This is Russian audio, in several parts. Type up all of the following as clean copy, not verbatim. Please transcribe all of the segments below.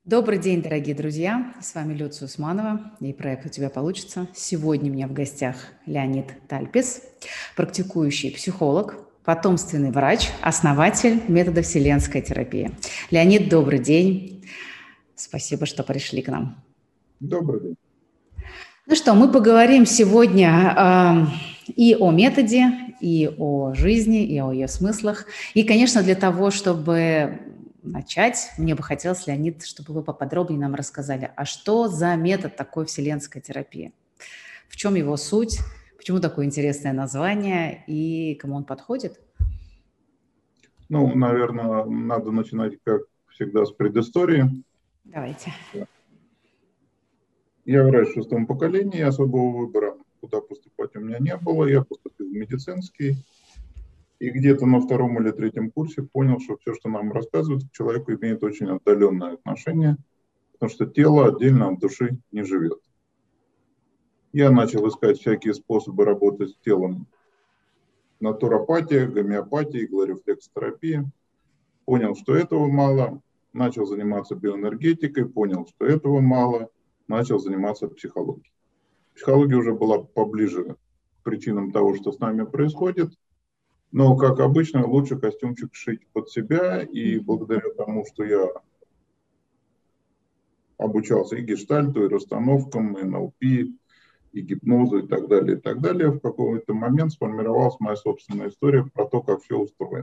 Добрый день, дорогие друзья! С вами Люция Усманова и проект «У тебя получится». Сегодня у меня в гостях Леонид Тальпес, практикующий психолог, потомственный врач, основатель метода вселенской терапии. Леонид, добрый день! Спасибо, что пришли к нам. Добрый день. Ну что, мы поговорим сегодня и о методе, и о жизни, и о ее смыслах. И, конечно, для того, чтобы начать, мне бы хотелось, Леонид, чтобы вы поподробнее нам рассказали, а что за метод такой вселенской терапии? В чем его суть? Почему такое интересное название? И кому он подходит? Ну, наверное, надо начинать, как всегда, с предыстории. Давайте. Я врач 6-м поколении, особого выбора, куда поступать у меня не было. Я поступил в медицинский. И где-то на 2-м или 3-м курсе понял, что все, что нам рассказывают, к человеку имеет очень отдаленное отношение, потому что тело отдельно от души не живет. Я начал искать всякие способы работы с телом. Натуропатия, гомеопатия, иглорефлексотерапия. Понял, что этого мало. Начал заниматься биоэнергетикой, понял, что этого мало. Начал заниматься психологией. Психология уже была поближе к причинам того, что с нами происходит. Но, как обычно, лучше костюмчик шить под себя. И благодаря тому, что я обучался и гештальту, и расстановкам, и НЛП, и гипнозу, и так далее, в какой-то момент сформировалась моя собственная история про то, как все устроено.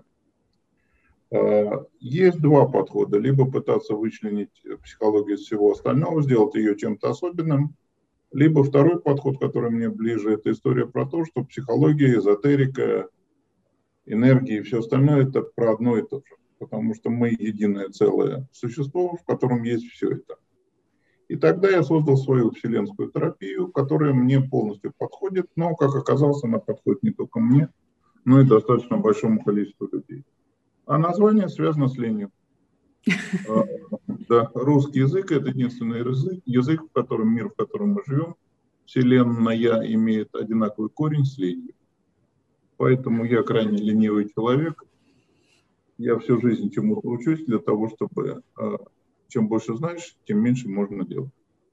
Есть два подхода. Либо пытаться вычленить психологию из всего остального, сделать ее чем-то особенным. Либо второй подход, который мне ближе, это история про то, что психология, эзотерика, энергия и все остальное – это про одно и то же. Потому что мы единое целое существо, в котором есть все это. И тогда я создал свою вселенскую терапию, которая мне полностью подходит, но, как оказалось, она подходит не только мне, но и достаточно большому количеству людей. А название связано с ленью. Да, русский язык – это единственный язык, в котором мир, в котором мы живем, вселенная имеет одинаковый корень с ленью. Поэтому я крайне ленивый человек. Я всю жизнь чему-то учусь для того, чтобы чем больше знаешь, тем меньше можно делать.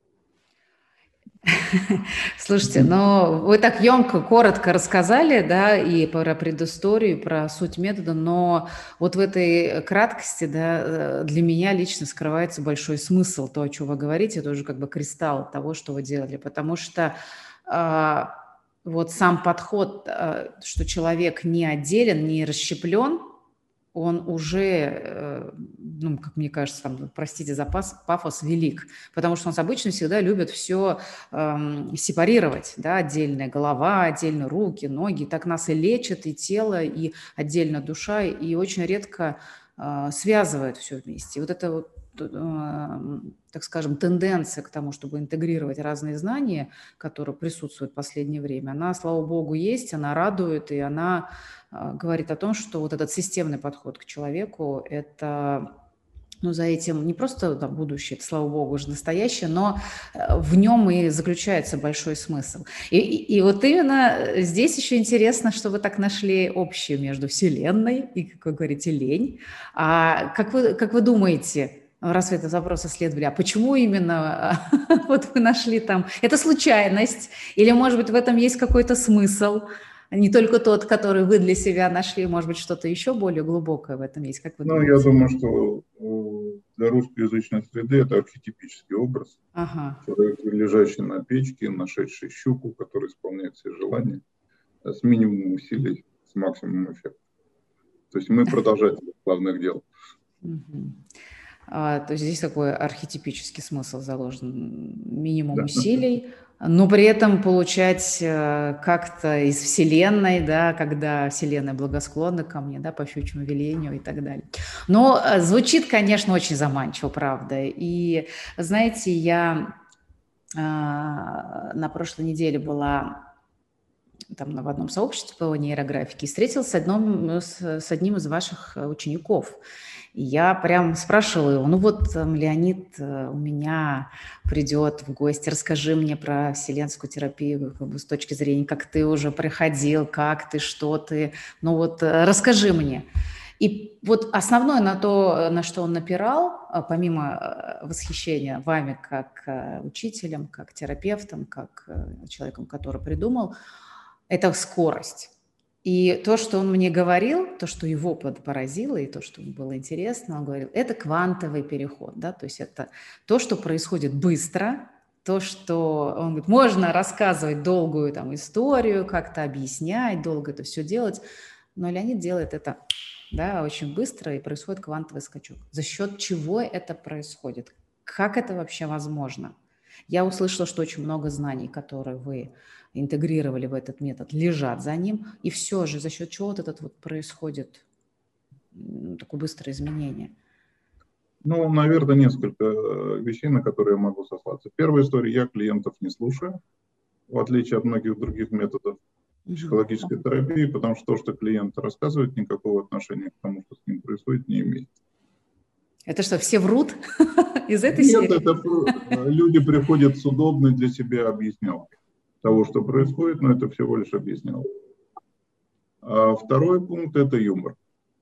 Слушайте, но вы так емко, коротко рассказали, да, и про предысторию, и про суть метода, но вот в этой краткости, да, для меня лично скрывается большой смысл, то, о чем вы говорите, это уже как бы кристалл того, что вы делали, потому что вот сам подход, что человек не отделен, не расщеплен, он уже, ну, как мне кажется, там, простите за пафос, велик, потому что у нас обычно всегда любят все сепарировать, да, отдельная голова, отдельно руки, ноги, так нас и лечат, и тело, и отдельно душа, и очень редко связывают все вместе. И вот это вот, так скажем, тенденция к тому, чтобы интегрировать разные знания, которые присутствуют в последнее время, она, слава богу, есть, она радует, и она говорит о том, что вот этот системный подход к человеку – это, ну, за этим не просто там, будущее, это, слава богу, уже настоящее, но в нем и заключается большой смысл. И вот именно здесь еще интересно, что вы так нашли общее между Вселенной и, как вы говорите, лень. А как вы думаете, раз вы этот вопрос исследовали, а почему именно вот вы нашли там? Это случайность? Или, может быть, в этом есть какой-то смысл? Не только тот, который вы для себя нашли, может быть, что-то еще более глубокое в этом есть, как вы Ну, думаете? я думаю, что для русскоязычной среды это архетипический образ. Ага. Человек, лежащий на печке, нашедший щуку, который исполняет все желания, с минимумом усилий, с максимумом эффекта. То есть мы продолжатели главных дел. То есть здесь такой архетипический смысл заложен, минимум Да. усилий, но при этом получать как-то из Вселенной, да, когда Вселенная благосклонна ко мне, да, по щучьему велению и так далее. Но звучит, конечно, очень заманчиво, правда. И, знаете, я на прошлой неделе была там в одном сообществе по нейрографике и встретилась с одним из ваших учеников. И я прям спрашивала его, ну вот Леонид у меня придет в гости, расскажи мне про вселенскую терапию как бы, с точки зрения, как ты уже приходил, как ты, что ты, ну вот расскажи мне. И вот основное на то, на что он напирал, помимо восхищения вами как учителем, как терапевтом, как человеком, который придумал, это скорость. И то, что он мне говорил, то, что его поразило, и то, что было интересно, он говорил, это квантовый переход, да, то есть это то, что происходит быстро, то, что, он говорит, можно рассказывать долгую там историю, как-то объяснять, долго это все делать, но Леонид делает это, да, очень быстро, и происходит квантовый скачок. За счет чего это происходит? Как это вообще возможно? Я услышала, что очень много знаний, которые вы интегрировали в этот метод, лежат за ним, и все же за счет чего вот этот вот происходит такое быстрое изменение? Ну, наверное, несколько вещей, на которые я могу сослаться. Первая история, я клиентов не слушаю, в отличие от многих других методов психологической терапии, потому что то, что клиент рассказывает, никакого отношения к тому, что с ним происходит, не имеет. Это что, все врут из этой серии? Нет, это люди приходят с удобной для себя объяснялкой того, что происходит, но это всего лишь объяснялка. А второй пункт – это юмор.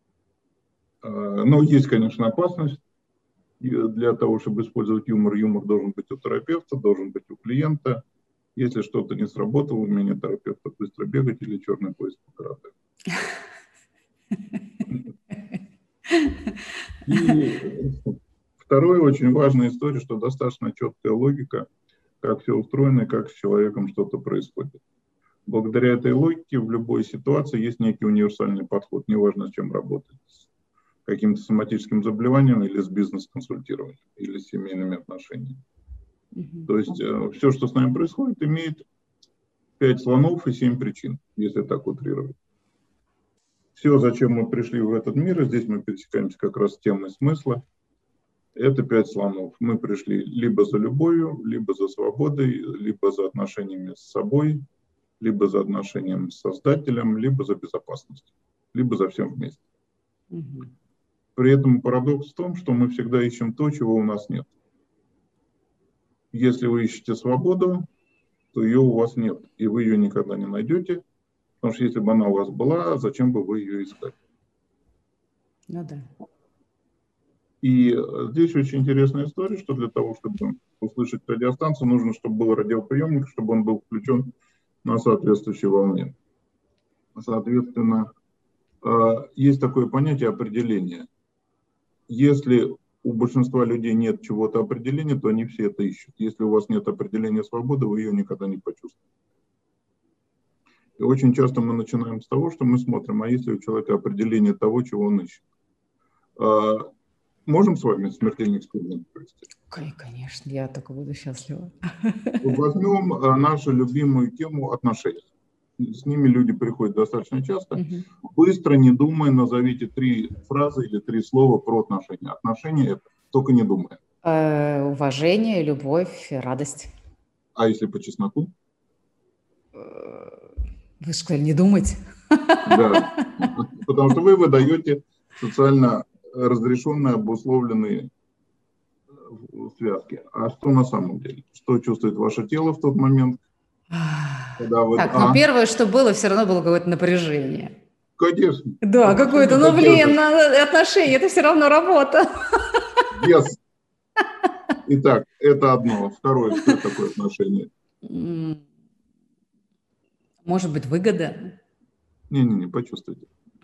Но есть, конечно, опасность. И для того, чтобы использовать юмор, юмор должен быть у терапевта, должен быть у клиента. Если что-то не сработало, умение терапевта быстро бегать или черный поезд по карате. И вторая очень важная история, что достаточно четкая логика, как все устроено и как с человеком что-то происходит. Благодаря этой логике в любой ситуации есть некий универсальный подход, неважно, с чем работать. С каким-то соматическим заболеванием или с бизнес-консультированием, или с семейными отношениями. То есть все, что с нами происходит, имеет 5 слонов и 7 причин, если так утрировать. Все, зачем мы пришли в этот мир, и здесь мы пересекаемся как раз с темой смысла, это 5 слонов. Мы пришли либо за любовью, либо за свободой, либо за отношениями с собой, либо за отношением с Создателем, либо за безопасностью, либо за всем вместе. При этом парадокс в том, что мы всегда ищем то, чего у нас нет. Если вы ищете свободу, то ее у вас нет, и вы ее никогда не найдете, потому что если бы она у вас была, зачем бы вы ее искали? Ну да. И здесь очень интересная история, что для того, чтобы услышать радиостанцию, нужно, чтобы был радиоприемник, чтобы он был включен на соответствующей волне. Соответственно, есть такое понятие определения. Если у большинства людей нет чего-то определения, то они все это ищут. Если у вас нет определения свободы, вы ее никогда не почувствуете. И очень часто мы начинаем с того, что мы смотрим, а если у человека определение того, чего он ищет. Можем с вами смертельный эксперимент провести? Конечно, я только буду счастлива. Возьмем нашу любимую тему отношений. С ними люди приходят достаточно часто. Быстро, не думая, назовите 3 фразы или 3 слова про отношения. Отношения – это только не думая. Уважение, любовь, радость. А если по чесноку? Вы сказали, не думать? Да, потому что вы выдаете социально разрешенные, обусловленные связки. А что на самом деле? Что чувствует ваше тело в тот момент? Когда вы... но первое, что было, все равно было какое-то напряжение. Конечно. Да, какое-то, отношения, это все равно работа. Yes. Итак, это одно. Второе, что такое отношение? Может быть, выгода? Не, почувствуйте.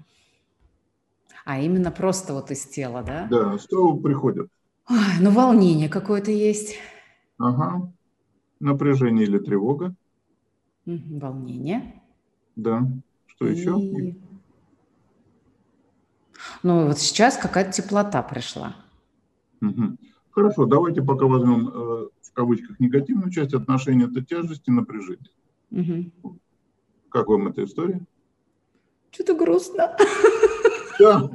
А именно просто вот из тела, да? Да, что приходит? Волнение какое-то есть. Ага. Напряжение или тревога? Волнение. Да. Что еще? Вот сейчас какая-то теплота пришла. Хорошо, давайте пока возьмем в кавычках негативную часть. Отношения – это тяжесть и напряжение. Как вам эта история? Что-то грустно. Да.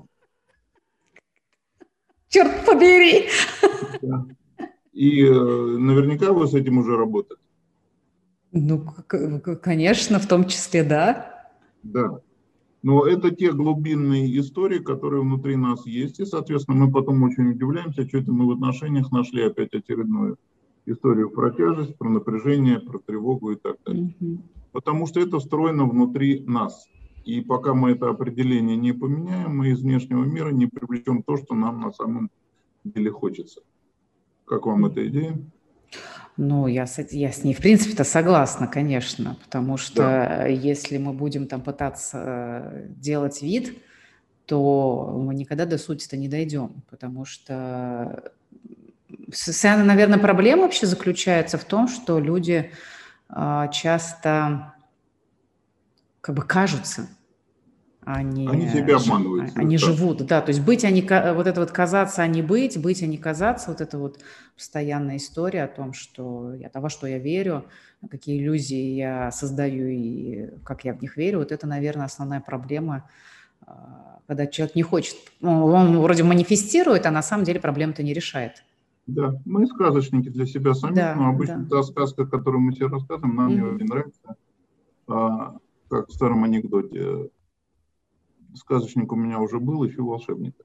Черт побери. Да. И наверняка вы с этим уже работаете. Конечно, в том числе, да. Да. Но это те глубинные истории, которые внутри нас есть. И, соответственно, мы потом очень удивляемся, что это мы в отношениях нашли опять очередную историю про тяжесть, про напряжение, про тревогу и так далее. Потому что это встроено внутри нас. И пока мы это определение не поменяем, мы из внешнего мира не привлечем то, что нам на самом деле хочется. Как вам эта идея? Ну, я с ней, в принципе-то, согласна, конечно, потому что если мы будем там пытаться делать вид, то мы никогда до сути-то не дойдем, потому что, наверное, проблема вообще заключается в том, что люди часто как бы кажутся, Они себя обманывают. Они живут, да, то есть быть, вот это вот казаться, а не быть, а не казаться, вот это вот постоянная история о том, что во что я верю, какие иллюзии я создаю и как я в них верю, вот это, наверное, основная проблема, когда человек не хочет, он вроде манифестирует, а на самом деле проблему-то не решает. Да, мы сказочники для себя самих, но обычно та сказка, которую мы себе рассказываем, нам не очень нравится. Как в старом анекдоте, сказочник у меня уже был, ищу волшебника.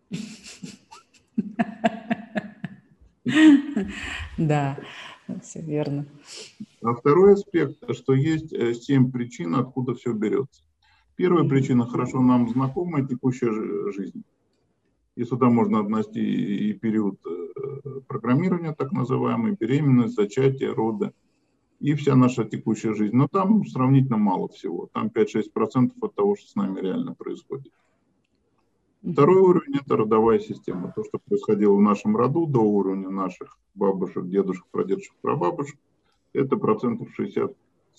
Да, все верно. А второй аспект, что есть 7 причин, откуда все берется. Первая причина хорошо нам знакомая, текущая жизнь. И сюда можно отнести и период программирования, так называемый, беременность, зачатие, роды, и вся наша текущая жизнь. Но там сравнительно мало всего. Там 5-6% от того, что с нами реально происходит. Второй уровень – это родовая система. То, что происходило в нашем роду до уровня наших бабушек, дедушек, прадедушек, прабабушек, это 60-70%.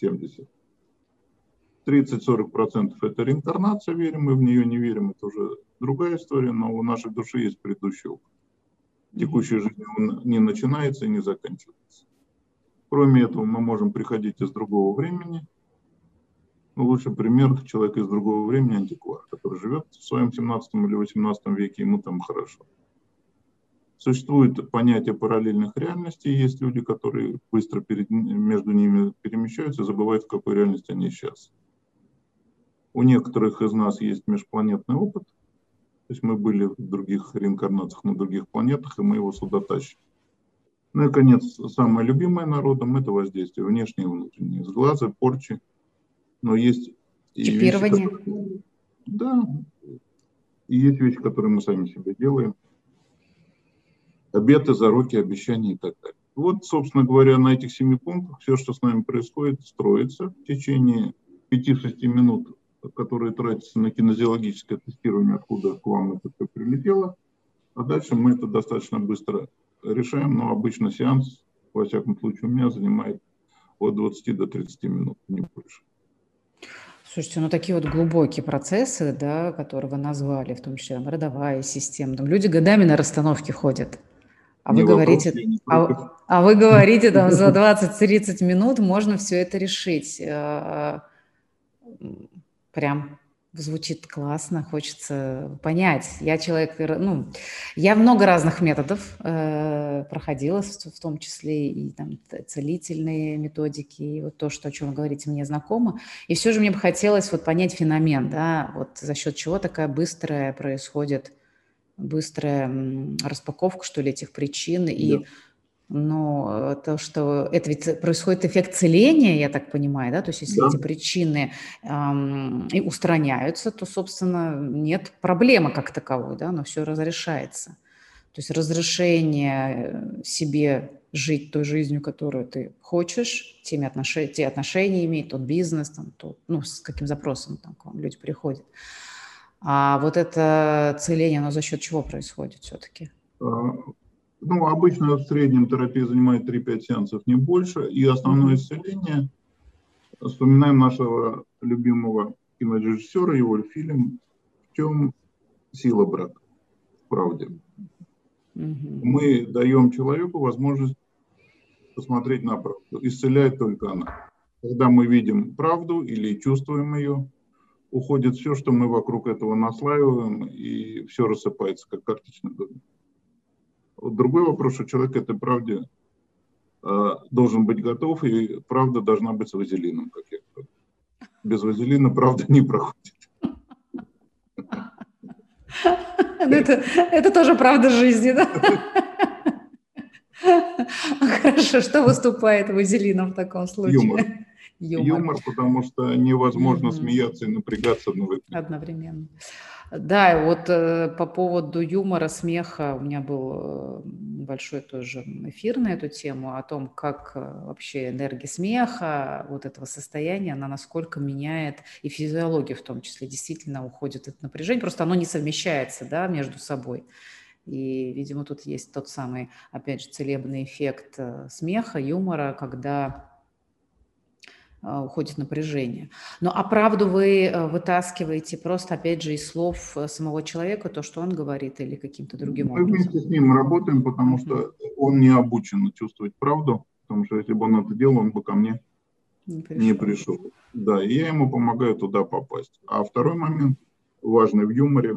30-40% это реинкарнация, верим мы в нее, не верим, это уже другая история, но у нашей души есть предыдущий опыт. Текущая жизнь не начинается и не заканчивается. Кроме этого, мы можем приходить из другого времени. Лучший пример – человек из другого времени, антиквар, который живет в своем 17 или 18 веке, ему там хорошо. Существует понятие параллельных реальностей. Есть люди, которые быстро между ними перемещаются и забывают, в какой реальности они сейчас. У некоторых из нас есть межпланетный опыт. То есть мы были в других реинкарнациях на других планетах, и мы его сюда тащим. Ну и, конец, самое любимое народом – это воздействие внешнее и внутреннее. Сглазы, порчи. Но есть и чипирование. Вещи, да, и есть вещи, которые мы сами себе делаем. Обеты, заруки, обещания и так далее. Вот, собственно говоря, на этих 7 пунктах все, что с нами происходит, строится в течение 5-6 минут, которые тратятся на кинезиологическое тестирование, откуда к вам это все прилетело. А дальше мы это достаточно быстро решаем, но обычно сеанс, во всяком случае, у меня занимает от 20 до 30 минут, не больше. Слушайте, ну такие вот глубокие процессы, да, которые вы назвали, в том числе там, родовая система, там люди годами на расстановки ходят. А вы говорите, вы говорите, там за 20-30 минут можно все это решить. Прям звучит классно, хочется понять. Я человек, я много разных методов проходила, в том числе и там целительные методики, и вот то, о чем вы говорите, мне знакомо. И все же мне бы хотелось вот понять феномен, да, вот за счет чего такая быстрая происходит, быстрая распаковка, что ли, этих причин, да. И то, что это ведь происходит эффект целения, я так понимаю, да, то есть если эти причины и устраняются, то, собственно, нет проблемы как таковой, да, но все разрешается. То есть разрешение себе жить той жизнью, которую ты хочешь, те отношения иметь, тот бизнес, там, с каким запросом там, к вам люди приходят. А вот это целение, оно за счет чего происходит все-таки? Обычно в среднем терапия занимает 3-5 сеансов, не больше. И основное исцеление, вспоминаем нашего любимого кинорежиссера, его фильм «В чем сила брака?» В правде. Мы даем человеку возможность посмотреть на правду. Исцеляет только она. Когда мы видим правду или чувствуем ее, уходит все, что мы вокруг этого наслаиваем, и все рассыпается, как карточный домик. Другой вопрос, что человек к этой правде должен быть готов, и правда должна быть с вазелином, как я говорю. Без вазелина правда не проходит. Это тоже правда жизни, да? Хорошо, что выступает вазелином в таком случае? Юмор. Юмор. Юмор, потому что невозможно Мгм. смеяться и напрягаться одновременно. Одновременно. Да, и вот по поводу юмора, смеха у меня был большой тоже эфир на эту тему, о том, как вообще энергия смеха, вот этого состояния, она насколько меняет и физиологию в том числе. Действительно уходит это напряжение, просто оно не совмещается, да, между собой. И, видимо, тут есть тот самый, опять же, целебный эффект смеха, юмора, когда уходит напряжение. Ну, а правду вы вытаскиваете просто, опять же, из слов самого человека, то, что он говорит, или каким-то другим Мы вместе образом? с ним работаем, потому Мгм. что он не обучен чувствовать правду, потому что если бы он это делал, он бы ко мне Не не пришел. пришел. Да, и я ему помогаю туда попасть. А второй момент, важный в юморе,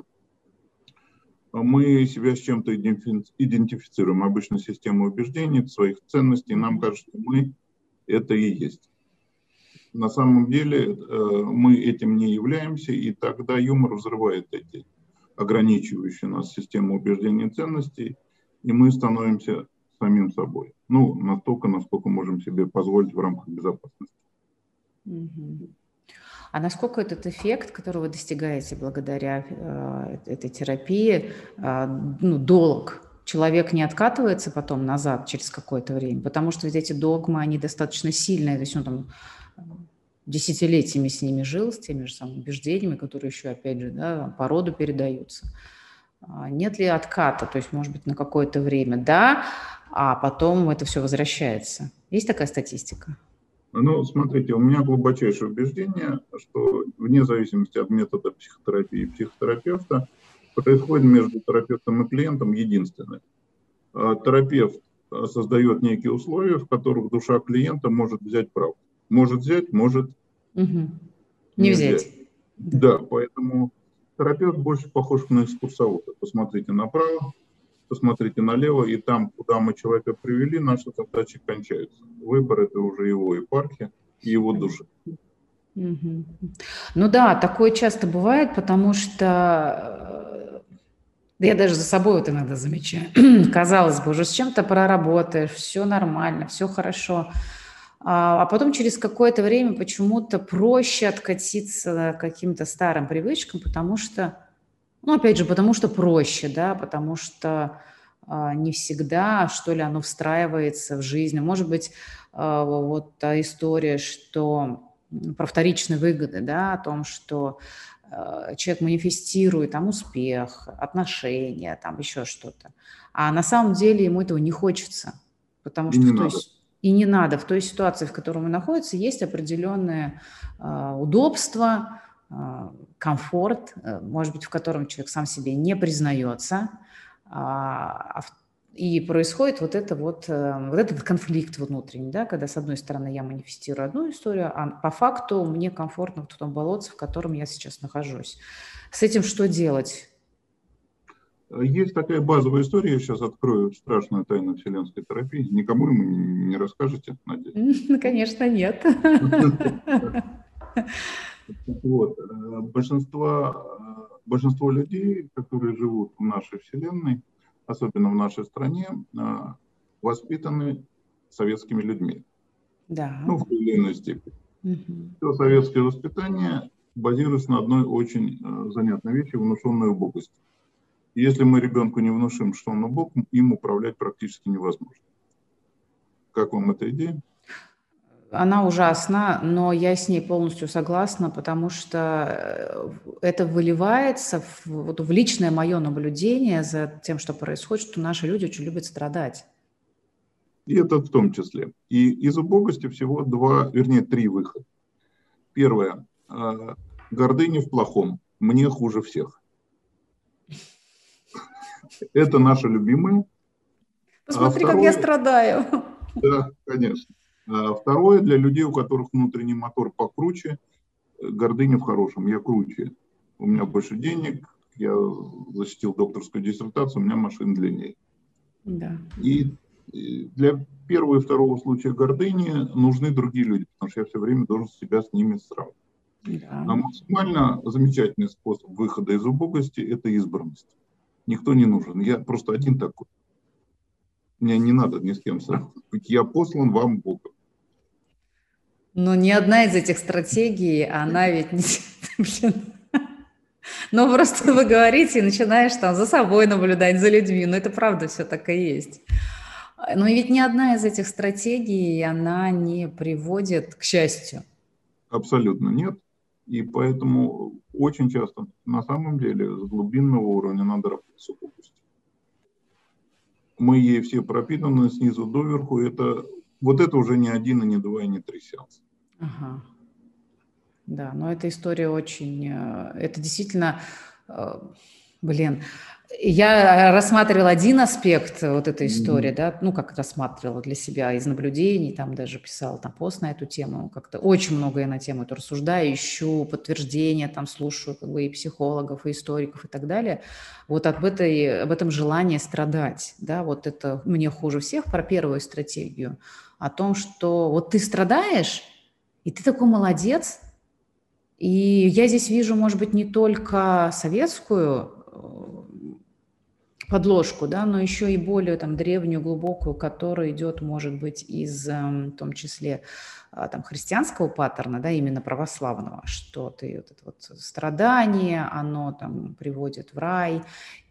мы себя с чем-то идентифицируем. Обычно систему убеждений, своих ценностей. Нам Мгм. кажется, что мы это и есть. На самом деле мы этим не являемся, и тогда юмор взрывает эти ограничивающие нас систему убеждений и ценностей, и мы становимся самим собой. Ну, настолько, насколько можем себе позволить в рамках безопасности. Мгм. А насколько этот эффект, который вы достигаете благодаря этой терапии, ну, долг? Человек не откатывается потом назад через какое-то время, потому что ведь эти догмы, они достаточно сильные, то есть он там э, десятилетиями с ними жил, с теми же самыми убеждениями, которые еще, опять же, да, по роду передаются. Нет ли отката, то есть, может быть, на какое-то время, да, а потом это все возвращается? Есть такая статистика? Ну, смотрите, у меня глубочайшее убеждение, что вне зависимости от метода психотерапии и психотерапевта происходит между терапевтом и клиентом единственное. Терапевт создает некие условия, в которых душа клиента может взять правду. Может взять, может Мгм. Не не взять. взять. Да. Да, поэтому терапевт больше похож на экскурсовода. Посмотрите направо, посмотрите налево, и там, куда мы человека привели, наши задачи кончаются. Выбор – это уже его епархия и его Понятно. душа. Мгм. Ну да, такое часто бывает, потому что да я даже за собой вот иногда замечаю. Казалось бы, уже с чем-то проработаешь, все нормально, все хорошо. А потом через какое-то время почему-то проще откатиться к каким-то старым привычкам, потому что, ну, опять же, потому что проще, да, потому что не всегда, что ли, оно встраивается в жизнь. Может быть, вот та история, что про вторичные выгоды, да, о том, что человек манифестирует там успех, отношения, там еще что-то. А на самом деле ему этого не хочется, потому И что не в той надо. и не надо. В той ситуации, в которой он находится, есть определенное удобство, комфорт, может быть, в котором человек сам себе не признается, и происходит вот этот конфликт внутренний, да, когда, с одной стороны, я манифестирую одну историю, а по факту мне комфортно в том болотце, в котором я сейчас нахожусь. С этим что делать? Есть такая базовая история, я сейчас открою страшную тайну вселенской терапии. Никому ему не расскажете, надеюсь. Ну, конечно, нет. Вот. Большинство людей, которые живут в нашей Вселенной, особенно в нашей стране, воспитаны советскими людьми. Да. Ну, в той или иной степени. Мгм. Все советское воспитание базируется на одной очень занятной вещи – внушенной убогости. Если мы ребенку не внушим, что он убог, им управлять практически невозможно. Как вам эта идея? Она ужасна, но я с ней полностью согласна, потому что это выливается вот в личное мое наблюдение за тем, что происходит, что наши люди очень любят страдать. И это в том числе. И из убогости всего три выхода. Первое. Гордыня в плохом. Мне хуже всех. Это наше любимое. А Посмотри, как я второе, страдаю. да, конечно. А второе, для людей, у которых внутренний мотор покруче, гордыня в хорошем. Я круче. У меня больше денег, я защитил докторскую диссертацию, у меня машина длиннее. Да. И для первого и второго случая гордыни нужны другие люди, потому что я все время должен себя с ними сравнивать. Да. А максимально замечательный способ выхода из убогости – это избранность. Никто не нужен. Я просто один такой. Мне не надо ни с кем сравнивать. Я послан вам Богом. Но ни одна из этих стратегий, она ведь не... Блин. Ну, просто вы говорите и начинаешь там за собой наблюдать, за людьми. Но это правда все так и есть. Но ведь ни одна из этих стратегий, она не приводит к счастью. Абсолютно нет. И поэтому очень часто, на самом деле, с глубинного уровня надо работать с суккубностью. Мы ей все пропитаны снизу доверху. Вот это уже не один, и не два, и не три сеанса. Ага. Да, но эта история очень... Это действительно... Блин, я рассматривала один аспект вот этой истории, да, ну, как рассматривала для себя из наблюдений, там даже писала там пост на эту тему, как-то очень много я на тему эту рассуждаю, ищу подтверждения, там слушаю как бы и психологов, и историков и так далее. Вот об этом желании страдать, да, вот это мне хуже всех про первую стратегию, о том, что вот ты страдаешь, и ты такой молодец. И я здесь вижу, может быть, не только советскую подложку, да, но еще и более там древнюю, глубокую, которая идет, может быть, из, в том числе, там, христианского паттерна, да, именно православного, что ты вот это вот страдание, оно там приводит в рай,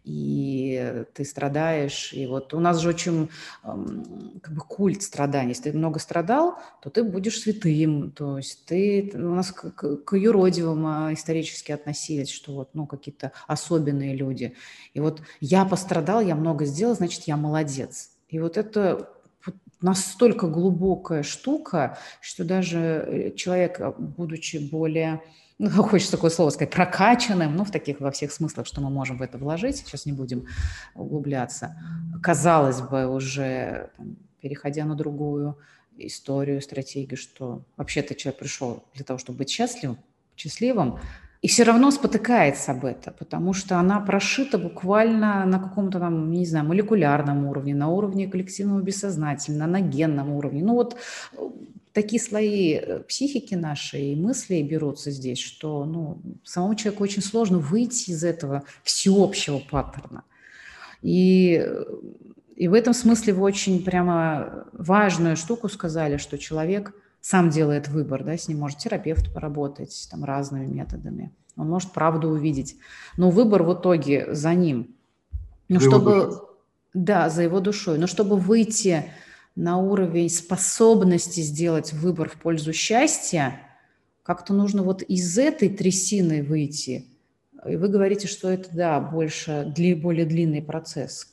и ты страдаешь, и вот у нас же очень как бы культ страданий. Если ты много страдал, то ты будешь святым, то есть у нас к юродивым исторически относились, что вот, ну, какие-то особенные люди. И вот я пострадал, я много сделал, значит, я молодец. И вот это настолько глубокая штука, что даже человек, будучи более, ну, хочется такое слово сказать, прокачанным, ну, во всех смыслах, что мы можем в это вложить, сейчас не будем углубляться, казалось бы, уже там, переходя на другую историю, стратегию, что вообще-то человек пришел для того, чтобы быть счастливым, и все равно спотыкается об этом, потому что она прошита буквально на каком-то там, не знаю, молекулярном уровне, на уровне коллективного бессознательного, на генном уровне. Ну вот такие слои психики нашей и мыслей берутся здесь, что ну, самому человеку очень сложно выйти из этого всеобщего паттерна. И в этом смысле вы очень прямо важную штуку сказали, что человек сам делает выбор, да, с ним может терапевт поработать там разными методами, он может правду увидеть, но выбор в итоге за ним. Но за чтобы, его душой. да, за его душой, но чтобы выйти на уровень способности сделать выбор в пользу счастья, как-то нужно вот из этой трясины выйти. И вы говорите, что это, да, более длинный процесс.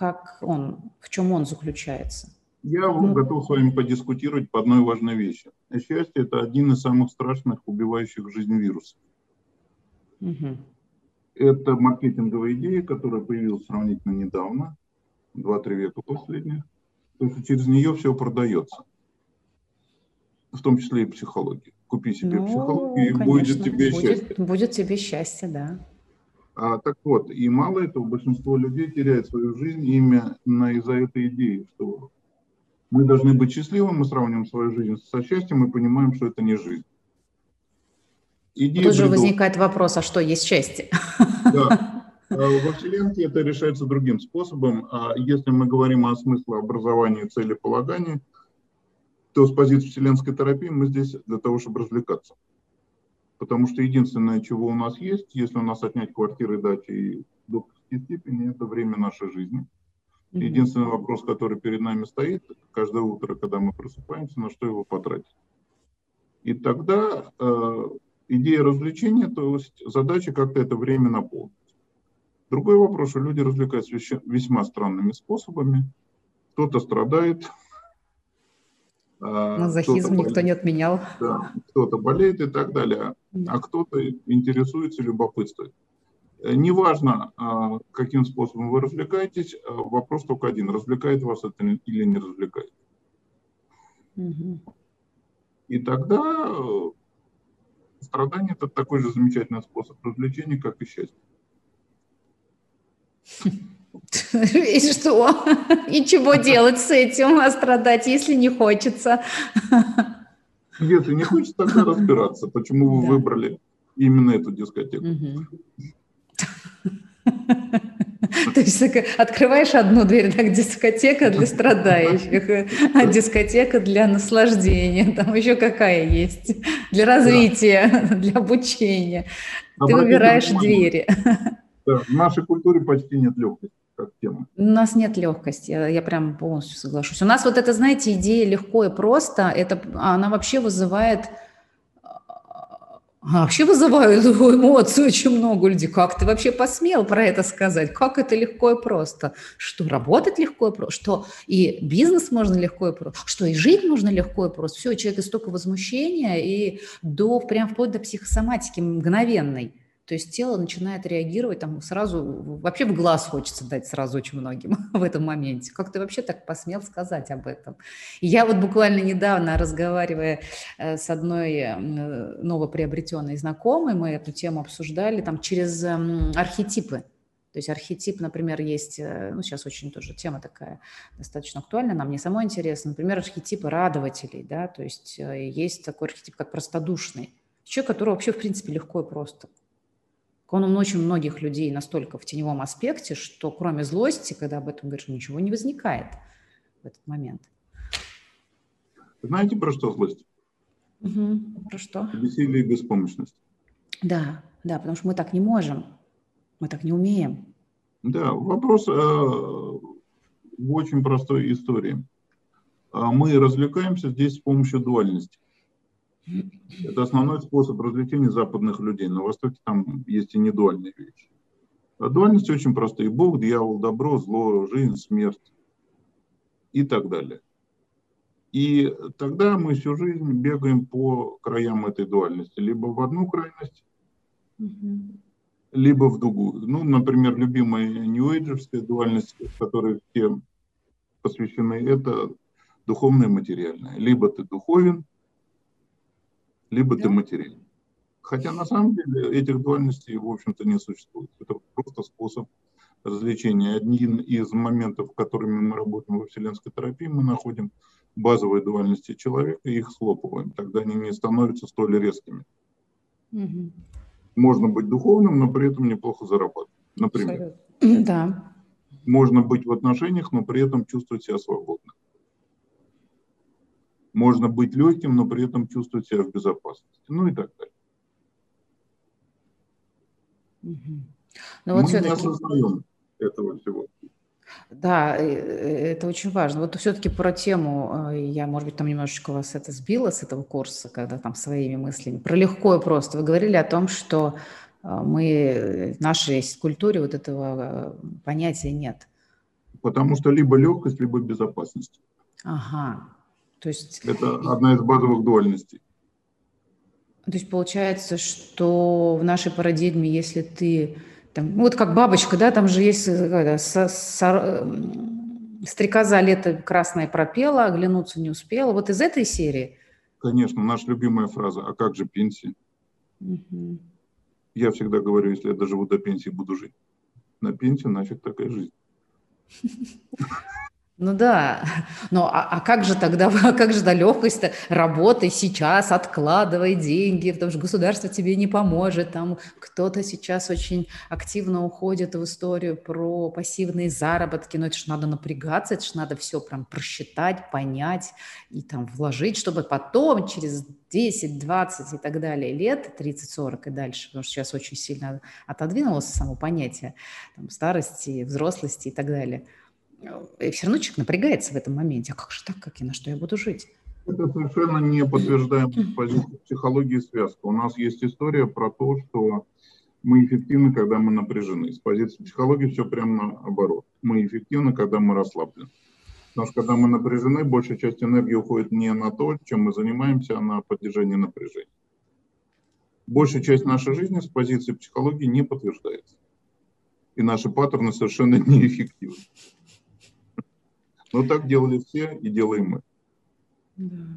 В чем он заключается? Я готов с вами подискутировать по одной важной вещи. Счастье – это один из самых страшных, убивающих жизнь вирусов. Угу. Это маркетинговая идея, которая появилась сравнительно недавно, 2-3 века последних. То есть через нее все продается, в том числе и психология. Купи себе психологию, и конечно, будет тебе счастье. Будет тебе счастье, да. Так вот, и мало этого, большинство людей теряет свою жизнь именно из-за этой идеи, что мы должны быть счастливы, мы сравниваем свою жизнь со счастьем и понимаем, что это не жизнь. Идея Тут же бредовая. возникает вопрос, а что есть счастье? Да. Во Вселенной это решается другим способом. Если мы говорим о смыслообразовании, целеполагании, то с позиции вселенской терапии мы здесь для того, чтобы развлекаться. Потому что единственное, чего у нас есть, если у нас отнять квартиры, дачи и докторские степени, это время нашей жизни. Единственный вопрос, который перед нами стоит, каждое утро, когда мы просыпаемся, на что его потратить. И тогда идея развлечения, то есть задача как-то это время наполнить. Другой вопрос, что люди развлекаются весьма странными способами. Кто-то страдает. Мазохизм никто не отменял. Да, кто-то болеет и так далее, а кто-то интересуется, любопытствует. Неважно, каким способом вы развлекаетесь, вопрос только один, развлекает вас это или не развлекает. И тогда страдание – это такой же замечательный способ развлечения, как и счастье. И что? И чего делать с этим, а страдать, если не хочется? Если не хочется, тогда разбираться, почему вы выбрали именно эту дискотеку. То есть открываешь одну дверь, так, дискотека для страдающих, а дискотека для наслаждения, там еще какая есть, для развития, для обучения. Ты Обратите выбираешь внимание, двери. да, в нашей культуре почти нет легкости как темы. У нас нет легкости, я прям полностью соглашусь. У нас вот это, знаете, идея легко и просто, она вообще вызывает вообще вызывают эмоции очень много людей. Как ты вообще посмел про это сказать? Как это легко и просто? Что работать легко и просто? Что и бизнес можно легко и просто? Что и жить можно легко и просто? Все, у человека столько возмущения и прям вплоть до психосоматики мгновенной. То есть тело начинает реагировать там сразу, вообще в глаз хочется дать сразу очень многим в этом моменте. Как ты вообще так посмел сказать об этом? И я вот буквально недавно, разговаривая с одной новоприобретенной знакомой, мы эту тему обсуждали там через архетипы. То есть архетип, например, есть, ну, сейчас очень тоже тема такая достаточно актуальна, нам не самой интересно, например, архетипы радователей, да, то есть есть такой архетип, как простодушный, человек, которого вообще, в принципе, легко и просто. Он у очень многих людей настолько в теневом аспекте, что кроме злости, когда об этом говоришь, ничего не возникает в этот момент. Знаете, про что злость? Про что? Бессилие и беспомощность. Да, потому что мы так не можем, мы так не умеем. Да, вопрос в очень простой истории. Мы развлекаемся здесь с помощью дуальности. Это основной способ развлечения западных людей. На Востоке там есть и недуальные вещи. А дуальности очень простые. Бог, дьявол, добро, зло, жизнь, смерть и так далее. И тогда мы всю жизнь бегаем по краям этой дуальности. Либо в одну крайность, либо в другую. Ну, например, любимая нью-эйджерская дуальность, которой все посвящены, это духовное и материальное. Либо ты духовен, либо ты материален. Хотя на самом деле этих дуальностей, в общем-то, не существует. Это просто способ развлечения. Один из моментов, которыми мы работаем во вселенской терапии, мы находим базовые дуальности человека и их слопываем. Тогда они не становятся столь резкими. Можно быть духовным, но при этом неплохо зарабатывать. Например. Да. Можно быть в отношениях, но при этом чувствовать себя свободно. Можно быть легким, но при этом чувствовать себя в безопасности. Ну и так далее. Но мы вот не осознаем этого всего. Да, это очень важно. Вот все-таки про тему, я, может быть, там немножечко вас это сбила с этого курса, когда там своими мыслями, про легко и просто. Вы говорили о том, что в нашей культуре вот этого понятия нет. Потому что либо легкость, либо безопасность. Ага. То есть... Это одна из базовых дуальностей. То есть получается, что в нашей парадигме, если ты... Там, вот как бабочка, да, там же есть стрекоза лето красное пропела, оглянуться не успела. Вот из этой серии? Конечно, наша любимая фраза «а как же пенсия?» Я всегда говорю, если я доживу до пенсии, буду жить. На пенсию нафиг такая жизнь. Ну да, но как же тогда, как же до легкость-то? Работай сейчас, откладывай деньги, потому что государство тебе не поможет. Там кто-то сейчас очень активно уходит в историю про пассивные заработки, но это же надо напрягаться, это же надо все прям просчитать, понять и там вложить, чтобы потом через 10, 20 и так далее лет, 30-40 и дальше, потому что сейчас очень сильно отодвинулось само понятие там, старости, взрослости и так далее. И все равно человек напрягается в этом моменте. А как же так, как и на что я буду жить? Это совершенно не подтверждаемая с позиции психологии связка. У нас есть история про то, что мы эффективны, когда мы напряжены. С позиции психологии все прямо наоборот. Мы эффективны, когда мы расслаблены. Потому что когда мы напряжены, большая часть энергии уходит не на то, чем мы занимаемся, а на поддержание напряжения. Большая часть нашей жизни с позиции психологии не подтверждается. И наши паттерны совершенно неэффективны. Но так делали все и делаем мы. Да.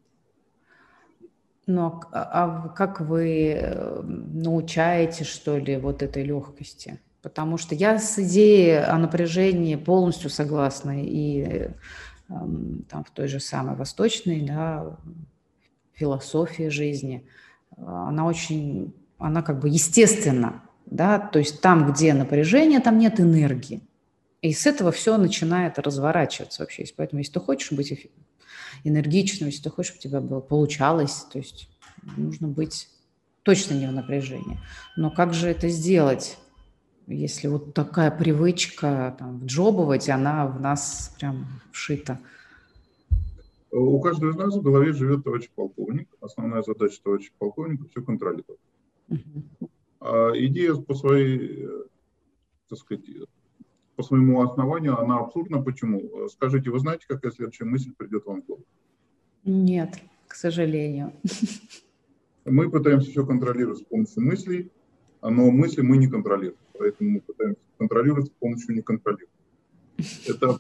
Но как вы научаете, что ли, вот этой легкости? Потому что я с идеей о напряжении полностью согласна. И там в той же самой восточной, да, философии жизни, она как бы естественна. да, то есть там, где напряжение, там нет энергии. И с этого все начинает разворачиваться вообще. Поэтому, если ты хочешь быть энергичным, если ты хочешь, чтобы у тебя было, получалось, то есть нужно быть точно не в напряжении. Но как же это сделать, если вот такая привычка там, джобовать, она в нас прям вшита? У каждого из нас в голове живет товарищ полковник. Основная задача товарища полковника – все контролировать. А идея по своей, так сказать, по своему основанию, она абсурдна. Почему? Скажите, вы знаете, какая следующая мысль придет вам в голову? Нет, к сожалению. Мы пытаемся все контролировать с помощью мыслей, но мысли мы не контролируем. Поэтому мы пытаемся контролировать с помощью неконтролируемых. Это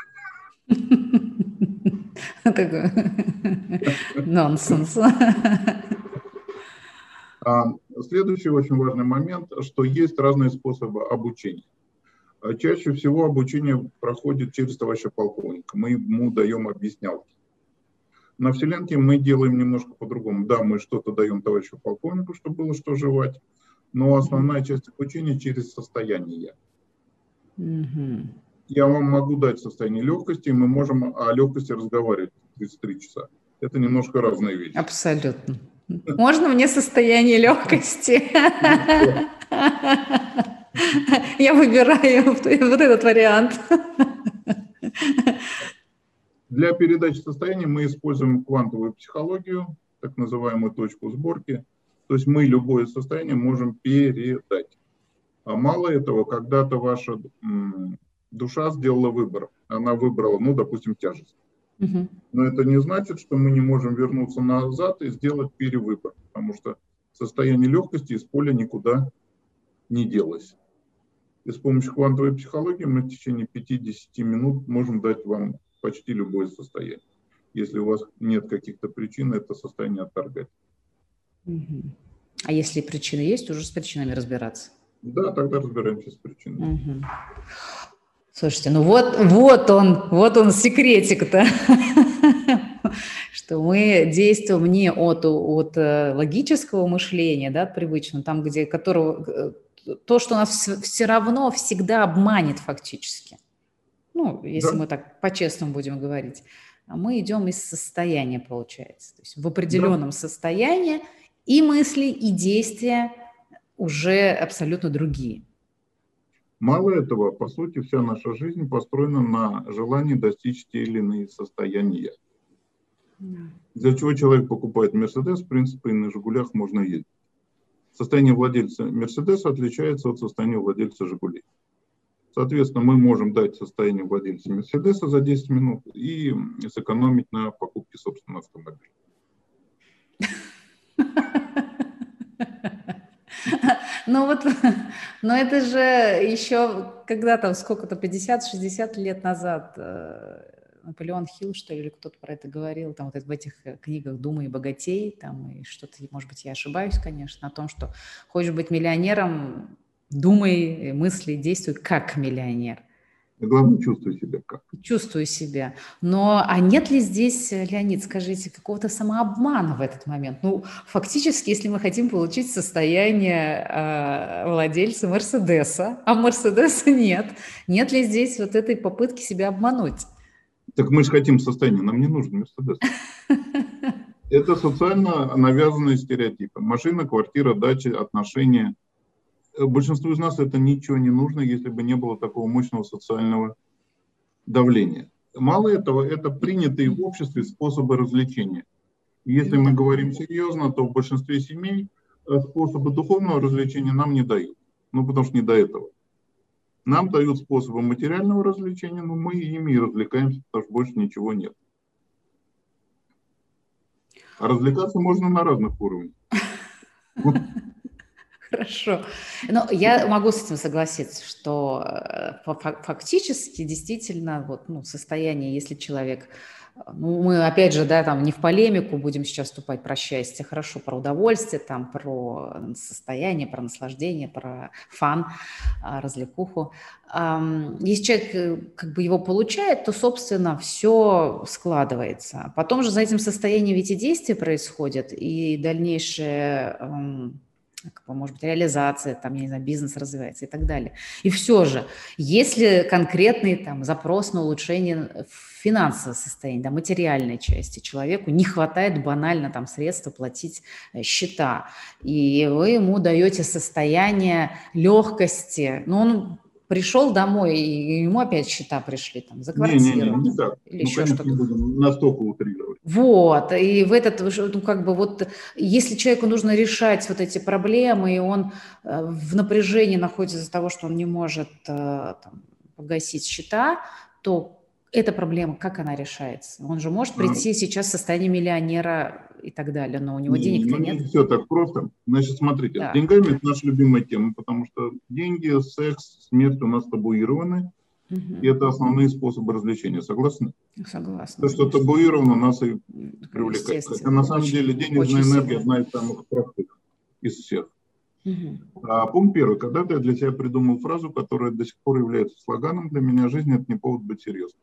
Такой нонсенс. Следующий очень важный момент, что есть разные способы обучения. Чаще всего обучение проходит через товарища полковника. Мы ему даем объяснялки. На Вселенке мы делаем немножко по-другому. Да, мы что-то даем товарищу полковнику, чтобы было что жевать, но основная часть обучения через состояние. Я вам могу дать состояние легкости, и мы можем о легкости разговаривать 33 часа. Это немножко разные вещи. Абсолютно. Можно мне состояние легкости? Я выбираю вот этот вариант. Для передачи состояния мы используем квантовую психологию, так называемую точку сборки. То есть мы любое состояние можем передать. А мало этого, когда-то ваша душа сделала выбор. Она выбрала, ну, допустим, тяжесть. Но это не значит, что мы не можем вернуться назад и сделать перевыбор, потому что состояние легкости из поля никуда не делось. И с помощью квантовой психологии мы в течение 50 минут можем дать вам почти любое состояние. Если у вас нет каких-то причин, это состояние отторгать. А если причины есть, уже с причинами разбираться? Да, тогда разбираемся с причинами. Слушайте, ну вот он секретик-то, что мы действуем не от логического мышления, да, привычного, там, где которого то, что нас все равно всегда обманет фактически. Ну, если мы так по-честному будем говорить. А мы идем из состояния, получается. То есть в определенном состоянии и мысли, и действия уже абсолютно другие. Мало этого, по сути, вся наша жизнь построена на желании достичь те или иные состояния. Из-за чего человек покупает Мерседес, в принципе, и на «Жигулях» можно ездить. Состояние владельца Мерседеса отличается от состояния владельца «Жигулей». Соответственно, мы можем дать состояние владельца Мерседеса за 10 минут и сэкономить на покупке собственного автомобиля. Но это же еще когда-то, сколько-то, 50-60 лет назад Наполеон Хилл, что ли, или кто-то про это говорил, там вот в этих книгах «Думай, богатей», там и что-то, может быть, я ошибаюсь, конечно, о том, что хочешь быть миллионером, думай, мысли, действуй как миллионер. И главное, чувствуй себя как. Чувствую себя. Но а нет ли здесь, Леонид, скажите, какого-то самообмана в этот момент? Ну, фактически, если мы хотим получить состояние владельца Мерседеса, а Мерседеса нет ли здесь вот этой попытки себя обмануть? Так мы же хотим состояние, нам не нужен Мерседес. Это социально навязанные стереотипы. Машина, квартира, дача, отношения. Большинству из нас это ничего не нужно, если бы не было такого мощного социального давления. Мало этого, это принятые в обществе способы развлечения. Если мы говорим серьезно, то в большинстве семей способы духовного развлечения нам не дают. Ну, потому что не до этого. Нам дают способы материального развлечения, но мы ими и развлекаемся, потому что больше ничего нет. А развлекаться можно на разных уровнях. Хорошо. Но я могу с этим согласиться, что фактически действительно состояние, если человек, мы опять же, да, там не в полемику будем сейчас вступать про счастье, хорошо, про удовольствие, там, про состояние, про наслаждение, про фан, развлекуху. Если человек как бы его получает, то, собственно, все складывается. Потом же за этим состоянием ведь и действия происходят, и дальнейшее может быть, реализация, там, я не знаю, бизнес развивается и так далее. И все же, если конкретный там запрос на улучшение финансового состояния, да, материальной части, человеку не хватает банально там средств платить счета, и вы ему даете состояние легкости, но он пришел домой, и ему опять счета пришли там за квартиру Не так. или Ну, еще конечно, не что-то. будем настолько утрировать. Вот, и в этот, ну, как бы вот, если человеку нужно решать вот эти проблемы, и он в напряжении находится из-за того, что он не может там, погасить счета, то эта проблема, как она решается? Он же может прийти сейчас в состояние миллионера и так далее, но у него денег-то нет. Не все так просто. Значит, смотрите, с Да. деньгами это наша любимая тема, потому что деньги, секс, смерть у нас табуированы, и это основные способы развлечения. Согласны? Согласна. То, что табуировано, нас и привлекает. Хотя на самом очень, деле денежная энергия одна из самых простых из всех. Пункт первый. Когда-то я для себя придумал фразу, которая до сих пор является слоганом для меня: жизнь — это не повод быть серьезным.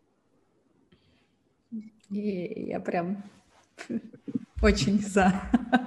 Я прям очень за.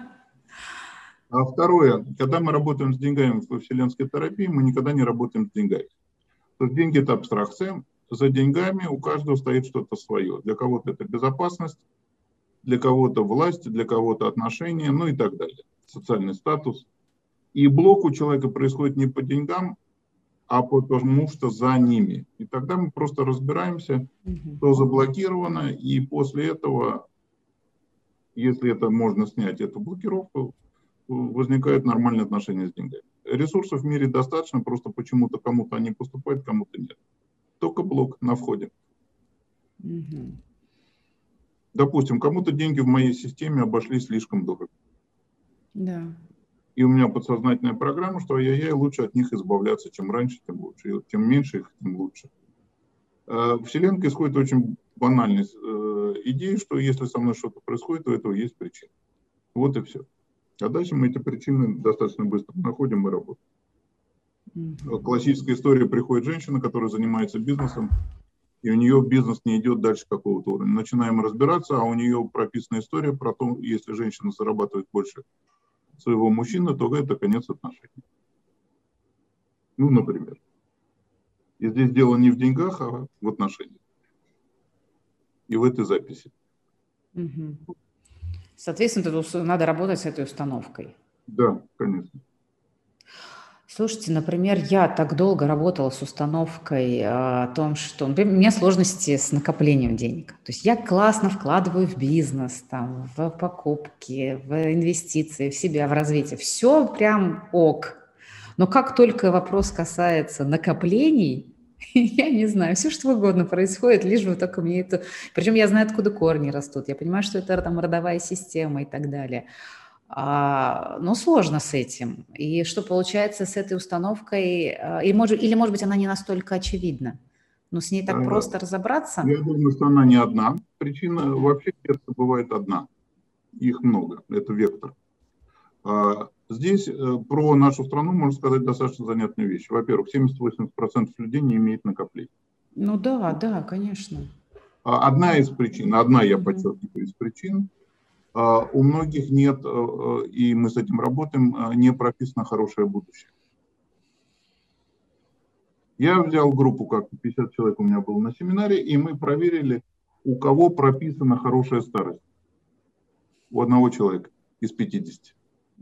А второе. Когда мы работаем с деньгами во вселенской терапии, мы никогда не работаем с деньгами. То есть деньги — это абстракция. За деньгами у каждого стоит что-то свое. Для кого-то это безопасность, для кого-то власть, для кого-то отношения, ну и так далее. Социальный статус. И блок у человека происходит не по деньгам, а потому что за ними. И тогда мы просто разбираемся, что заблокировано, и после этого, если это можно снять, эту блокировку, возникает нормальное отношение с деньгами. Ресурсов в мире достаточно, просто почему-то кому-то они поступают, кому-то нет. Только блок на входе. Допустим, кому-то деньги в моей системе обошлись слишком дорого. Да. И у меня подсознательная программа, что ай-яй-яй, лучше от них избавляться, чем раньше, тем лучше. И чем меньше их, тем лучше. Вселенная исходит очень банальной идеи, что если со мной что-то происходит, то у этого есть причина. Вот и все. А дальше мы эти причины достаточно быстро находим и работаем. Классическая история: приходит женщина, которая занимается бизнесом, и у нее бизнес не идет дальше какого-то уровня. Начинаем разбираться, а у нее прописана история про то, если женщина зарабатывает больше своего мужчины, то это конец отношений. Ну, например. И здесь дело не в деньгах, а в отношениях. И в этой записи. Соответственно, тут надо работать с этой установкой. Да, конечно. Слушайте, например, я так долго работала с установкой о том, что, например, у меня сложности с накоплением денег. То есть я классно вкладываю в бизнес, там, в покупки, в инвестиции, в себя, в развитие. Все прям ок. Но как только вопрос касается накоплений, я не знаю, все что угодно происходит, лишь бы только мне это... Причем я знаю, откуда корни растут. Я понимаю, что это там родовая система и так далее. Но сложно с этим. И что получается с этой установкой? Или, может быть, она не настолько очевидна. Но с ней так просто разобраться? Я думаю, что она не одна. Причина вообще часто бывает одна. Их много. Это вектор. Здесь про нашу страну можно сказать достаточно занятную вещь. Во-первых, 70-80% людей не имеют накоплений. Ну да, конечно. Одна из причин, я подчеркиваю, из причин, у многих нет, и мы с этим работаем, не прописано хорошее будущее. Я взял группу, как 50 человек у меня было на семинаре, и мы проверили, у кого прописана хорошая старость. У одного человека из 50.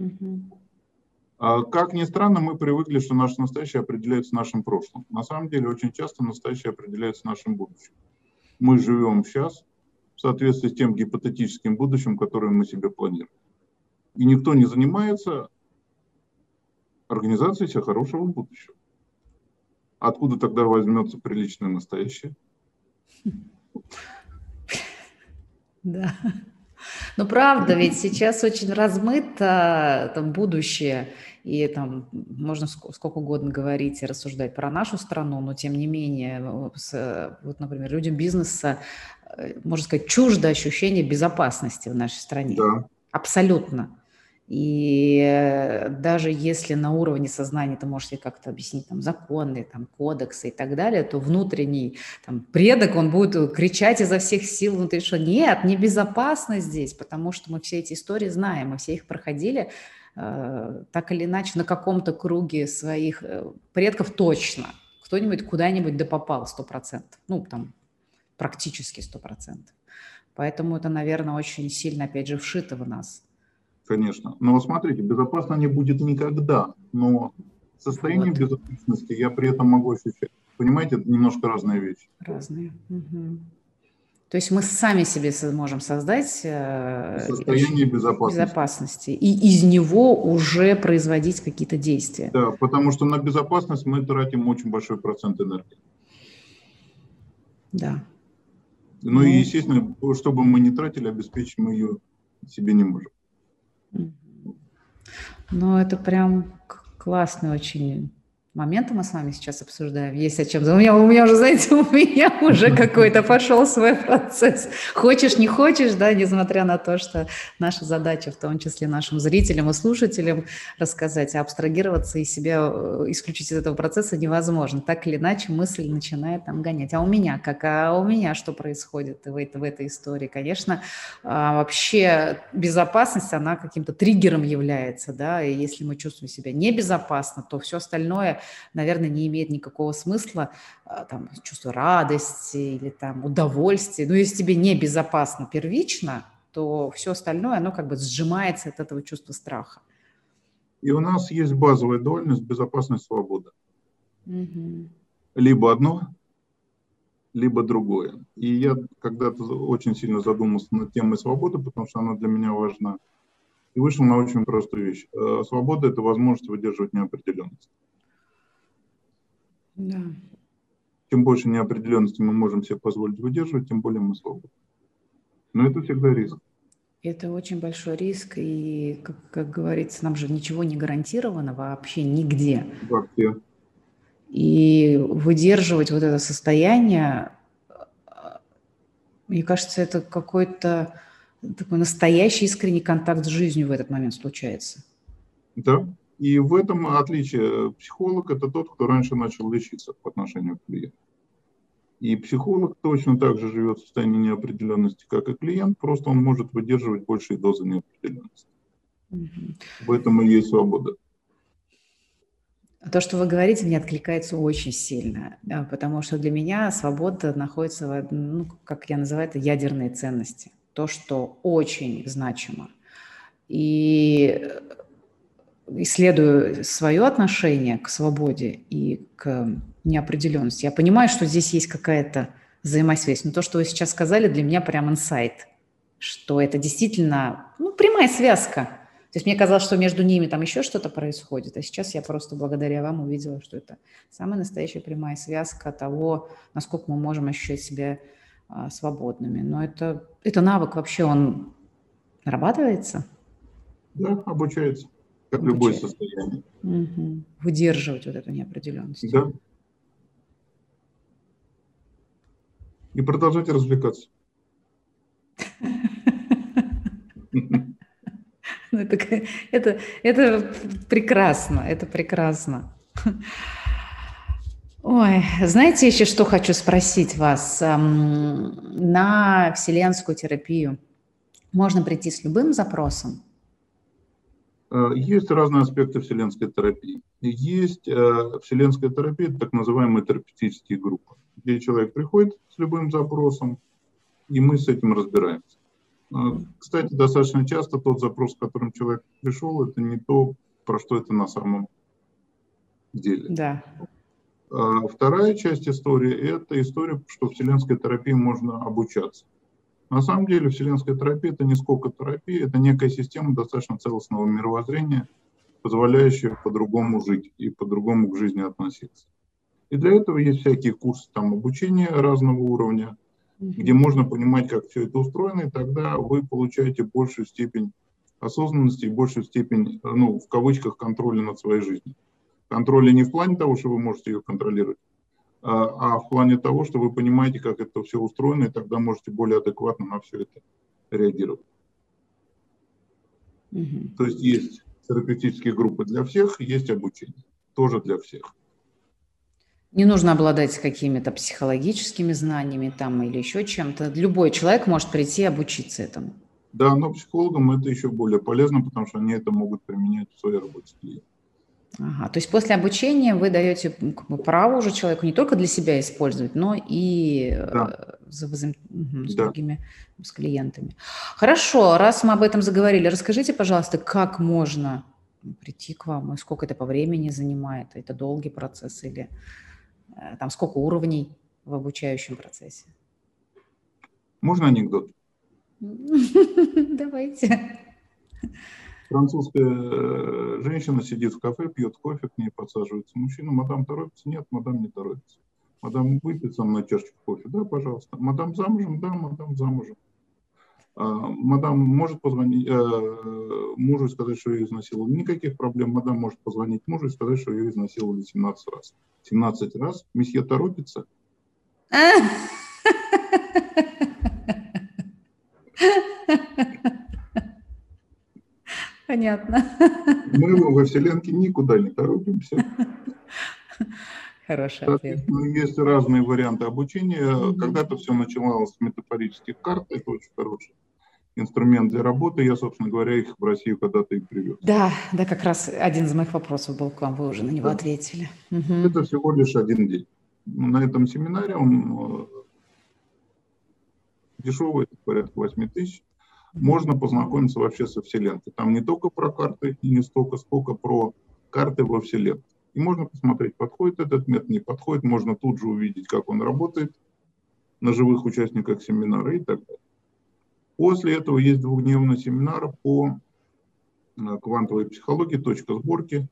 Как ни странно, мы привыкли, что наше настоящее определяется нашим прошлым. На самом деле, очень часто настоящее определяется нашим будущим. Мы живем сейчас в соответствии с тем гипотетическим будущим, которое мы себе планируем. И никто не занимается организацией себе хорошего будущего. Откуда тогда возьмется приличное настоящее? Да. Ну, правда, ведь сейчас очень размыто там будущее, и там можно сколько угодно говорить и рассуждать про нашу страну, но тем не менее, вот, например, людям бизнеса, можно сказать, чуждо ощущение безопасности в нашей стране. Да. Абсолютно. И даже если на уровне сознания ты можешь себе как-то объяснить там, законы, там, кодексы и так далее, то внутренний там, предок, он будет кричать изо всех сил внутри, что нет, небезопасно здесь, потому что мы все эти истории знаем, мы все их проходили так или иначе на каком-то круге своих предков точно кто-нибудь куда-нибудь да попал 100%. Ну, там, практически 100%. Поэтому это, наверное, очень сильно, опять же, вшито в нас. Конечно. Но смотрите, безопасно не будет никогда, но состояние Вот. безопасности я при этом могу ощущать. Понимаете, это немножко разные вещи. Разные. Угу. То есть мы сами себе можем создать Состояние безопасности и из него уже производить какие-то действия. Да, потому что на безопасность мы тратим очень большой процент энергии. Да. Ну и, естественно, чтобы мы не тратили, обеспечить мы ее себе не можем. Ну, это прям классный очень момент мы с вами сейчас обсуждаем. Есть о чем. У меня уже, знаете, у меня уже какой-то пошел свой процесс. Хочешь, не хочешь, да, несмотря на то, что наша задача, в том числе нашим зрителям и слушателям, рассказать, а абстрагироваться и себя исключить из этого процесса невозможно. Так или иначе мысль начинает там гонять. А у меня как? А у меня что происходит в этой истории? Конечно, вообще безопасность, она каким-то триггером является, да, и если мы чувствуем себя небезопасно, то все остальное, наверное, не имеет никакого смысла, там, чувство радости или там удовольствия. Но если тебе небезопасно первично, то все остальное, оно как бы сжимается от этого чувства страха. И у нас есть базовая дуальность безопасность, свобода. Угу. Либо одно, либо другое. И я когда-то очень сильно задумался над темой свободы, потому что она для меня важна. И вышел на очень простую вещь. Свобода – это возможность выдерживать неопределенность. Да. Чем больше неопределенности мы можем себе позволить выдерживать, тем более мы свободны. Но это всегда риск. Это очень большой риск, и, как говорится, нам же ничего не гарантировано вообще нигде. Вообще. И выдерживать вот это состояние, мне кажется, это какой-то такой настоящий искренний контакт с жизнью в этот момент случается. Да. И в этом отличие. Психолог – это тот, кто раньше начал лечиться по отношению к клиенту. И психолог точно так же живет в состоянии неопределенности, как и клиент, просто он может выдерживать большие дозы неопределенности. В этом и есть свобода. То, что вы говорите, мне откликается очень сильно, потому что для меня свобода находится в, ну, как я называю это, ядерные ценности. То, что очень значимо. И исследуя свое отношение к свободе и к неопределенности, я понимаю, что здесь есть какая-то взаимосвязь. Но то, что вы сейчас сказали, для меня прям инсайт, что это действительно прямая связка. То есть мне казалось, что между ними там еще что-то происходит, а сейчас я просто благодаря вам увидела, что это самая настоящая прямая связка того, насколько мы можем ощущать себя свободными. Но это навык вообще, он нарабатывается? Да, обучается, как любое состояние. Угу. Выдерживать вот эту неопределенность. Да. И продолжать развлекаться. Это прекрасно, это прекрасно. Ой, знаете, еще что хочу спросить вас? На вселенскую терапию можно прийти с любым запросом? Есть разные аспекты вселенской терапии. Есть вселенская терапия, так называемые терапевтические группы, где человек приходит с любым запросом, и мы с этим разбираемся. Кстати, достаточно часто тот запрос, с которым человек пришел, это не то, про что это на самом деле. Да. Вторая часть истории – это история, что в вселенской терапии можно обучаться. На самом деле вселенская терапия – это не сколько терапии, это некая система достаточно целостного мировоззрения, позволяющая по-другому жить и по-другому к жизни относиться. И для этого есть всякие курсы там, обучения разного уровня, где можно понимать, как все это устроено, и тогда вы получаете большую степень осознанности и большую степень, в кавычках, контроля над своей жизнью. Контроля не в плане того, что вы можете ее контролировать, а в плане того, что вы понимаете, как это все устроено, и тогда можете более адекватно на все это реагировать. То есть есть терапевтические группы для всех, есть обучение, тоже для всех. Не нужно обладать какими-то психологическими знаниями там или еще чем-то. Любой человек может прийти и обучиться этому. Да, но психологам это еще более полезно, потому что они это могут применять в своей работе с клиентом. Ага, то есть после обучения вы даете как бы право уже человеку не только для себя использовать, но и Да, с да. другими, с клиентами. Хорошо, раз мы об этом заговорили, расскажите, пожалуйста, как можно прийти к вам, и сколько это по времени занимает? Это долгий процесс или там сколько уровней в обучающем процессе? Можно анекдот? Давайте. Французская женщина сидит в кафе, пьет кофе, к ней подсаживается мужчина. Мадам торопится? Нет, мадам не торопится. Мадам, выпьет со мной чашечку кофе? Да, пожалуйста. Мадам замужем? Да, мадам замужем. Мадам может позвонить мужу и сказать, что ее изнасиловали? Никаких проблем. Мадам может позвонить мужу и сказать, что ее изнасиловали 17 раз. 17 раз? Месье торопится? Понятно. Мы во Вселенке никуда не торопимся. Хороший ответ. Соответственно, есть разные варианты обучения. Когда-то все начиналось с метафорических карт. Это очень хороший инструмент для работы. Я, собственно говоря, их в Россию когда-то и привез. Да, да, как раз один из моих вопросов был к вам, вы уже на него ответили. Это всего лишь один день. На этом семинаре он дешевый, порядка 8 тысяч. Можно познакомиться вообще со Вселенной. Там не только про карты, и не столько, сколько про карты во Вселенной. И можно посмотреть, подходит этот метод, не подходит. Можно тут же увидеть, как он работает на живых участниках семинара и так далее. После этого есть двухдневный семинар по квантовой психологии, точка сборки.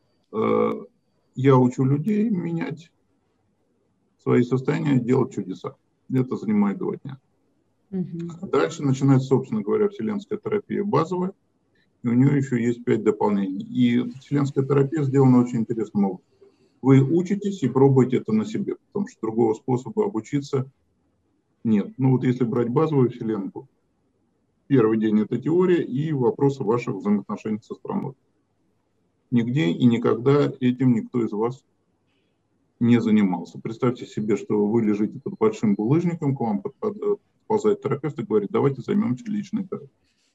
Я учу людей менять свои состояния, делать чудеса. Это занимает 2 дня. Дальше начинается, собственно говоря, вселенская терапия базовая. И у нее еще есть 5 дополнений. И вселенская терапия сделана очень интересным образом. Вы учитесь и пробуете это на себе, потому что другого способа обучиться нет. Ну вот если брать базовую вселенку, первый день это теория и вопросы ваших взаимоотношений со страной. Нигде и никогда этим никто из вас не занимался. Представьте себе, что вы лежите под большим булыжником, к вам подползает терапевт и говорит, давайте займемся личной терапией.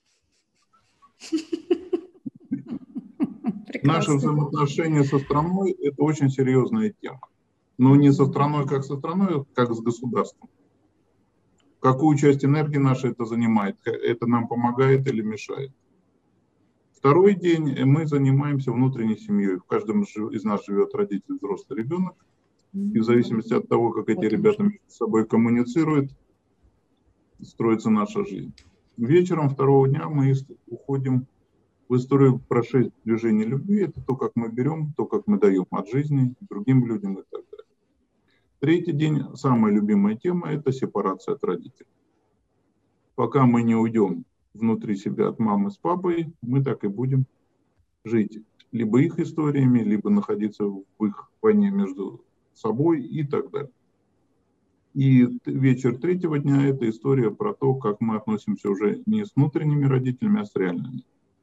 Наши взаимоотношения со страной – это очень серьезная тема. Но не со страной, как со страной, как с государством. Какую часть энергии нашей это занимает? Это нам помогает или мешает? Второй день мы занимаемся внутренней семьей. В каждом из нас живет родитель, взрослый ребенок. И в зависимости от того, как эти ребята между собой коммуницируют, строится наша жизнь. Вечером второго дня мы уходим в историю про 6 движений любви. Это то, как мы берем, то, как мы даем от жизни другим людям и так далее. Третий день, самая любимая тема, это сепарация от родителей. Пока мы не уйдем внутри себя от мамы с папой, мы так и будем жить либо их историями, либо находиться в их войне между собой и так далее. И вечер третьего дня – это история про то, как мы относимся уже не с внутренними родителями, а с реальными.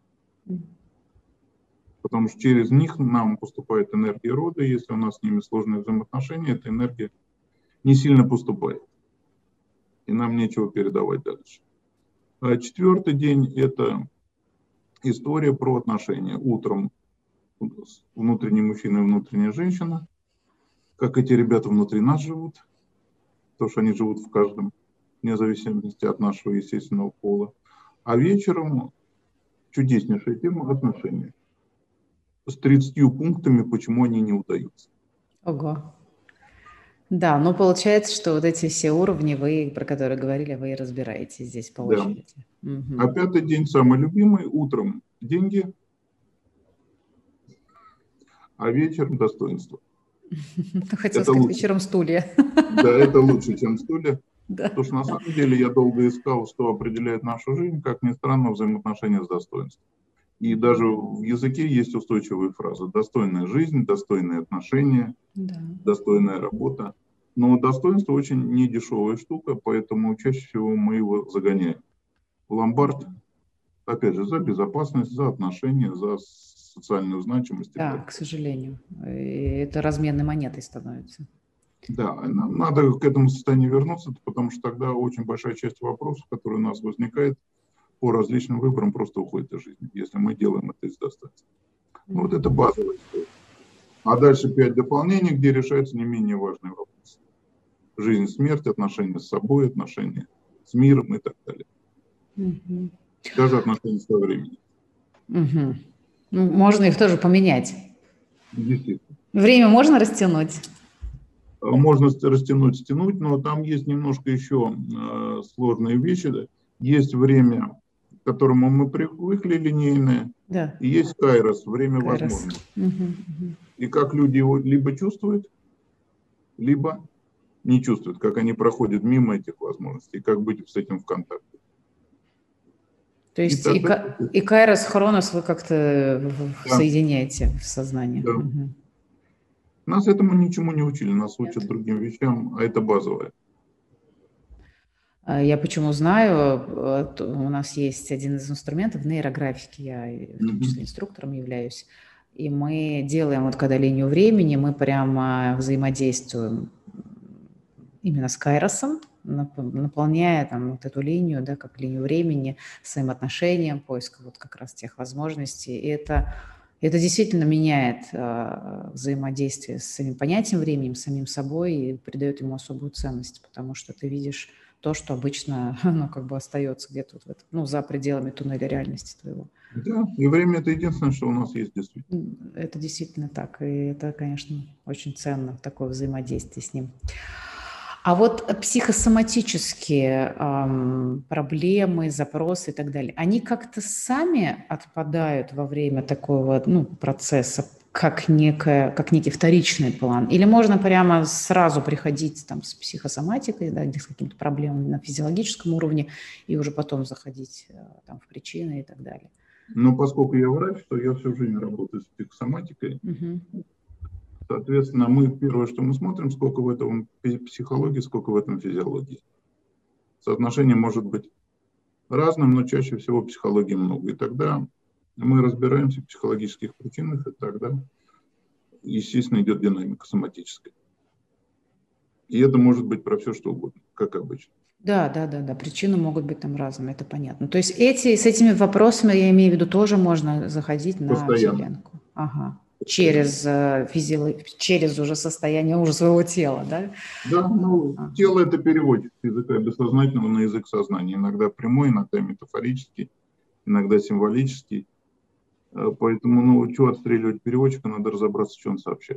Потому что через них нам поступает энергия рода, и если у нас с ними сложные взаимоотношения, эта энергия не сильно поступает. И нам нечего передавать дальше. А четвертый день – это история про отношения. Утром внутренний мужчина и внутренняя женщина, как эти ребята внутри нас живут, потому что они живут в каждом, вне зависимости от нашего естественного пола. А вечером чудеснейшая тема – отношения. С 30 пунктами, почему они не удаются. Ого. Да, но получается, что вот эти все уровни, вы, про которые говорили, вы разбираете здесь по очереди. Угу. А пятый день самый любимый. Утром деньги, а вечером достоинство. Хотел сказать, вечером стулья. Да, это лучше, чем стулья. Да. Потому что на самом деле я долго искал, что определяет нашу жизнь, как ни странно, взаимоотношения с достоинством. И даже в языке есть устойчивые фразы. Достойная жизнь, достойные отношения, достойная работа. Но достоинство очень недешевая штука, поэтому чаще всего мы его загоняем в ломбард. Опять же, за безопасность, за отношения, за социальную значимость. Да, к сожалению. И это разменной монетой становится. Да, нам надо к этому состоянию вернуться, потому что тогда очень большая часть вопросов, которые у нас возникает, по различным выборам просто уходит из жизни, если мы делаем это из достаточно. Ну, вот это базовая история. А дальше 5 дополнений, где решаются не менее важные вопросы. Жизнь, смерть, отношения с собой, отношения с миром и так далее. Даже отношения со временем. Можно их тоже поменять. Действительно. Время можно растянуть? Можно растянуть, стянуть, но там есть немножко еще сложные вещи. Да. Есть время, к которому мы привыкли, линейное, да. И есть кайрос, время возможности. И как люди его либо чувствуют, либо не чувствуют, как они проходят мимо этих возможностей, и как быть с этим в контакте. То есть и кайрос, хронос вы как-то соединяете в сознании. Да. Нас этому ничему не учили, нас учат другим вещам, а это базовое. Я почему знаю, у нас есть один из инструментов нейрографики, я в том числе инструктором являюсь, и мы делаем, вот когда линию времени, мы прямо взаимодействуем именно с кайросом, наполняя там вот эту линию, да, как линию времени, своим отношением, поиском вот как раз тех возможностей, и это действительно меняет взаимодействие с самим понятием времени, самим собой и придает ему особую ценность, потому что ты видишь то, что обычно, как бы остается где-то вот в этом, за пределами туннеля реальности твоего. Да, и время – это единственное, что у нас есть действительно. Это действительно так, и это, конечно, очень ценно, такое взаимодействие с ним. А вот психосоматические проблемы, запросы и так далее, они как-то сами отпадают во время такого процесса, как некий вторичный план? Или можно прямо сразу приходить там, с психосоматикой, да, с какими-то проблемами на физиологическом уровне, и уже потом заходить там, в причины и так далее? Но поскольку я врач, то я всю жизнь работаю с психосоматикой. Соответственно, первое, что мы смотрим, сколько в этом психологии, сколько в этом физиологии. Соотношение может быть разным, но чаще всего психологии много. И тогда мы разбираемся в психологических причинах, и тогда, естественно, идет динамика соматическая. И это может быть про все, что угодно, как обычно. Да, причины могут быть там разными, это понятно. То есть с этими вопросами, я имею в виду, тоже можно заходить на Вселенку. Ага. Через уже состояние уже своего тела, да? Да, тело – это переводчик с языка бессознательного на язык сознания. Иногда прямой, иногда метафорический, иногда символический. Поэтому, что отстреливать переводчика, надо разобраться, что он сообщает.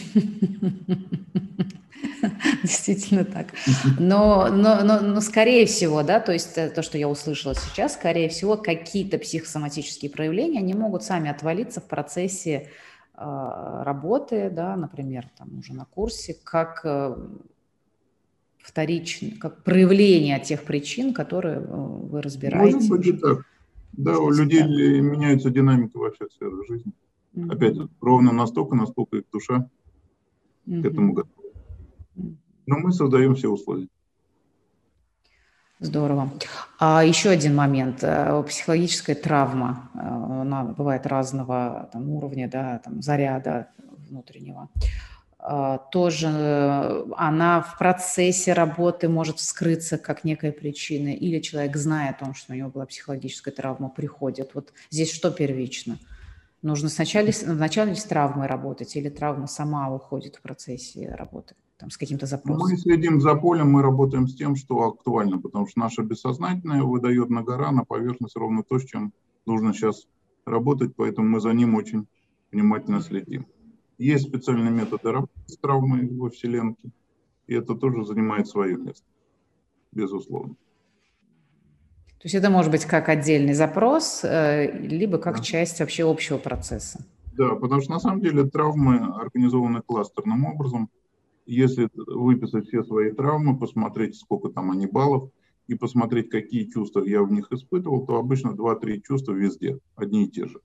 Действительно так. Но скорее всего, да, то есть то, что я услышала сейчас, скорее всего, какие-то психосоматические проявления, они могут сами отвалиться в процессе работы, да, например, там уже на курсе, как вторичный, как проявление тех причин, которые вы разбираете. Может быть и так. Да, у людей меняется динамика во всех сферах жизни. Опять же, ровно настолько, насколько их душа к этому готова. Но мы создаем все условия. Здорово. А еще один момент. Психологическая травма, она бывает разного там, уровня, да, там, заряда внутреннего. Тоже она в процессе работы может вскрыться как некая причина, или человек, зная о том, что у него была психологическая травма, приходит. Вот здесь что первично? Нужно вначале с травмой работать, или травма сама уходит в процессе работы? Там, с каким-то запросом. Мы следим за полем, мы работаем с тем, что актуально, потому что наше бессознательное выдает на гора, на поверхность ровно то, с чем нужно сейчас работать, поэтому мы за ним очень внимательно следим. Есть специальные методы работы с травмой во Вселенке, и это тоже занимает свое место, безусловно. То есть это может быть как отдельный запрос, либо как часть вообще общего процесса. Да, потому что на самом деле травмы организованы кластерным образом. Если выписать все свои травмы, посмотреть, сколько там они баллов, и посмотреть, какие чувства я в них испытывал, то обычно 2-3 чувства везде, одни и те же.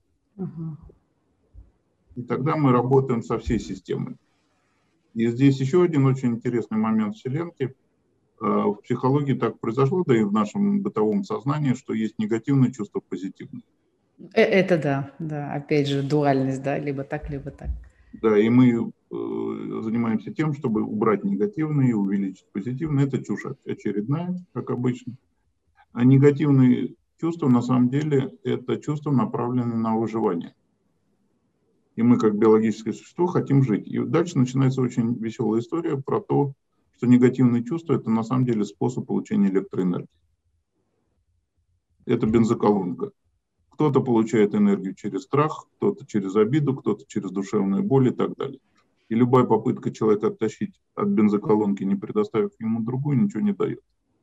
И тогда мы работаем со всей системой. И здесь еще один очень интересный момент Вселенки. В психологии так произошло, да и в нашем бытовом сознании, что есть негативные чувства, позитивные. Это да, опять же, дуальность, да, либо так, либо так. Да, и мы занимаемся тем, чтобы убрать негативные и увеличить позитивные. Это чушь очередная, как обычно. А негативные Чувство, на самом деле, это чувство, направленное на выживание. И мы, как биологическое существо, хотим жить. И дальше начинается очень веселая история про то, что негативные чувства – это на самом деле способ получения электроэнергии. Это бензоколонка. Кто-то получает энергию через страх, кто-то через обиду, кто-то через душевную боль и так далее. И любая попытка человека оттащить от бензоколонки, не предоставив ему другую, ничего не дает.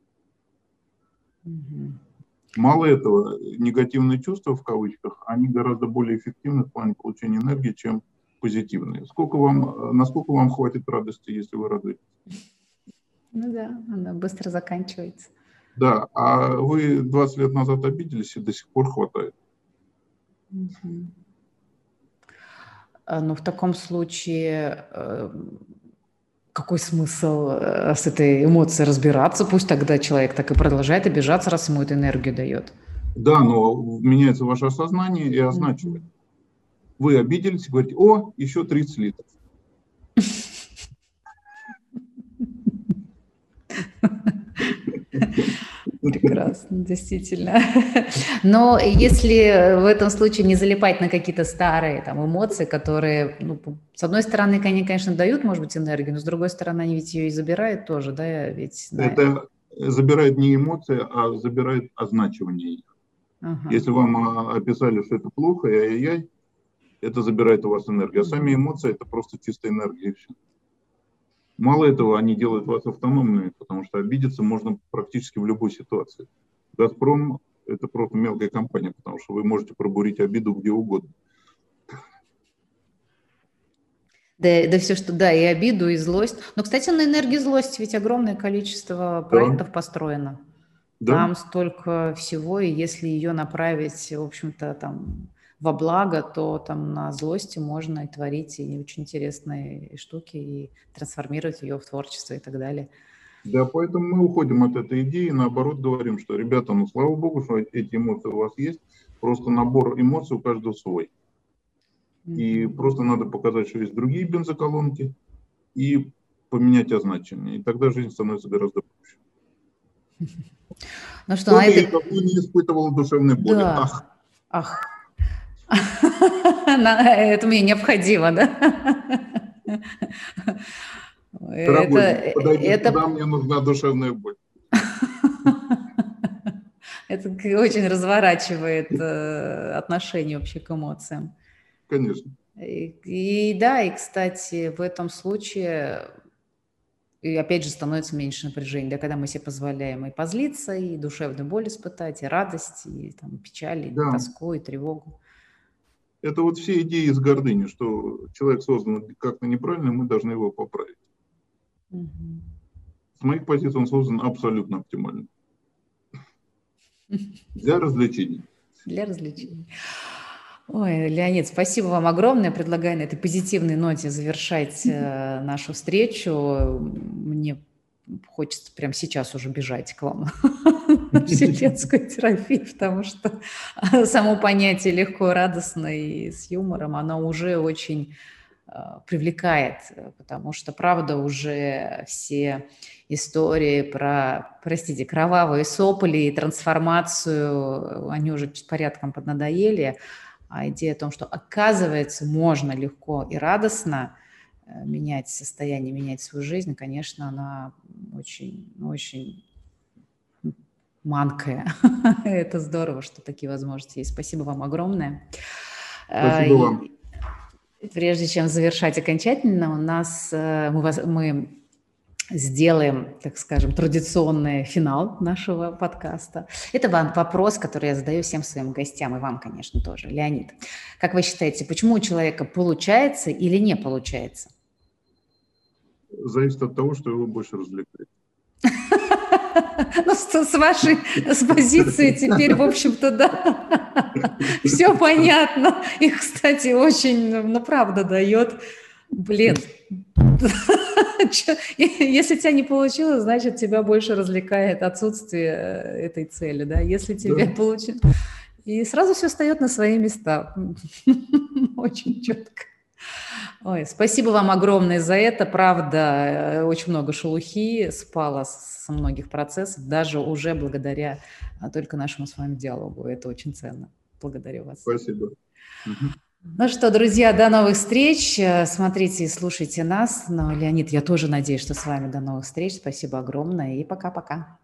Мало этого, негативные чувства, в кавычках, они гораздо более эффективны в плане получения энергии, чем позитивные. Насколько вам хватит радости, если вы радуетесь? Ну да, она быстро заканчивается. Да, а вы 20 лет назад обиделись, и до сих пор хватает. Ну, в таком случае какой смысл с этой эмоцией разбираться? Пусть тогда человек так и продолжает обижаться, раз ему эту энергию дает. Да, но меняется ваше осознание и означивает. Вы обиделись и говорите: о, еще 30 литров. Прекрасно, действительно. Но если в этом случае не залипать на какие-то старые там эмоции, которые, ну, с одной стороны, они, конечно, дают, может быть, энергию, но с другой стороны, они ведь ее и забирают тоже, да? Ведь, это забирает не эмоции, а забирает означивание их. Если вам описали, что это плохо, и ай-яй-яй, это забирает у вас энергию. А сами эмоции – это просто чистая энергия и все. Мало этого, они делают вас автономными, потому что обидеться можно практически в любой ситуации. «Газпром» – это просто мелкая компания, потому что вы можете пробурить обиду где угодно. Да, все, что, да, и обиду, и злость. Но, кстати, на энергии злости ведь огромное количество проектов построено. Да. Там столько всего, и если ее направить, в общем-то, там во благо, то там на злости можно и творить и очень интересные штуки, и трансформировать ее в творчество и так далее. Да, поэтому мы уходим от этой идеи, наоборот говорим, что, ребята, ну слава богу, что эти эмоции у вас есть, просто набор эмоций у каждого свой. И просто надо показать, что есть другие бензоколонки, и поменять означение. И тогда жизнь становится гораздо проще. Ну что, кто не испытывал душевной боли. Да. Ах. Это мне необходимо, да? Дорогой, подойди сюда, мне нужна душевная боль. Это очень разворачивает отношение вообще к эмоциям. Конечно. И да, и, кстати, в этом случае, и опять же, становится меньше напряжения, да, когда мы себе позволяем и позлиться, и душевную боль испытать, и радость, и там, печаль, и тоску, и тревогу. Это вот все идеи из гордыни, что человек создан как-то неправильно, мы должны его поправить. С моих позиций он создан абсолютно оптимально. Для развлечений. Для развлечений. Ой, Леонид, спасибо вам огромное. Предлагаю на этой позитивной ноте завершать нашу встречу. Мне хочется прямо сейчас уже бежать к вам на вселенскую терапию, потому что само понятие легко, радостно и с юмором, оно уже очень привлекает, потому что, правда, уже все истории про, простите, кровавые сопли и трансформацию, они уже порядком поднадоели. А идея о том, что, оказывается, можно легко и радостно менять состояние, менять свою жизнь, конечно, она очень, очень манкая. Это здорово, что такие возможности есть. Спасибо вам огромное. Спасибо вам. Прежде чем завершать окончательно, у нас мы сделаем, так скажем, традиционный финал нашего подкаста. Это вопрос, который я задаю всем своим гостям, и вам, конечно, тоже. Леонид, как вы считаете, почему у человека получается или не получается? Зависит от того, что его больше развлекает. Ну, с вашей позиции теперь, в общем-то, да, все понятно. И, кстати, очень, ну, правда дает, блин, если тебя не получилось, значит, тебя больше развлекает отсутствие этой цели, да, если тебе получилось. И сразу все встает на свои места. Очень четко. Ой, спасибо вам огромное за это. Правда, очень много шелухи спало со многих процессов, даже уже благодаря только нашему с вами диалогу. Это очень ценно. Благодарю вас. Спасибо. Ну что, друзья, до новых встреч. Смотрите и слушайте нас. Ну, Леонид, я тоже надеюсь, что с вами до новых встреч. Спасибо огромное и пока-пока.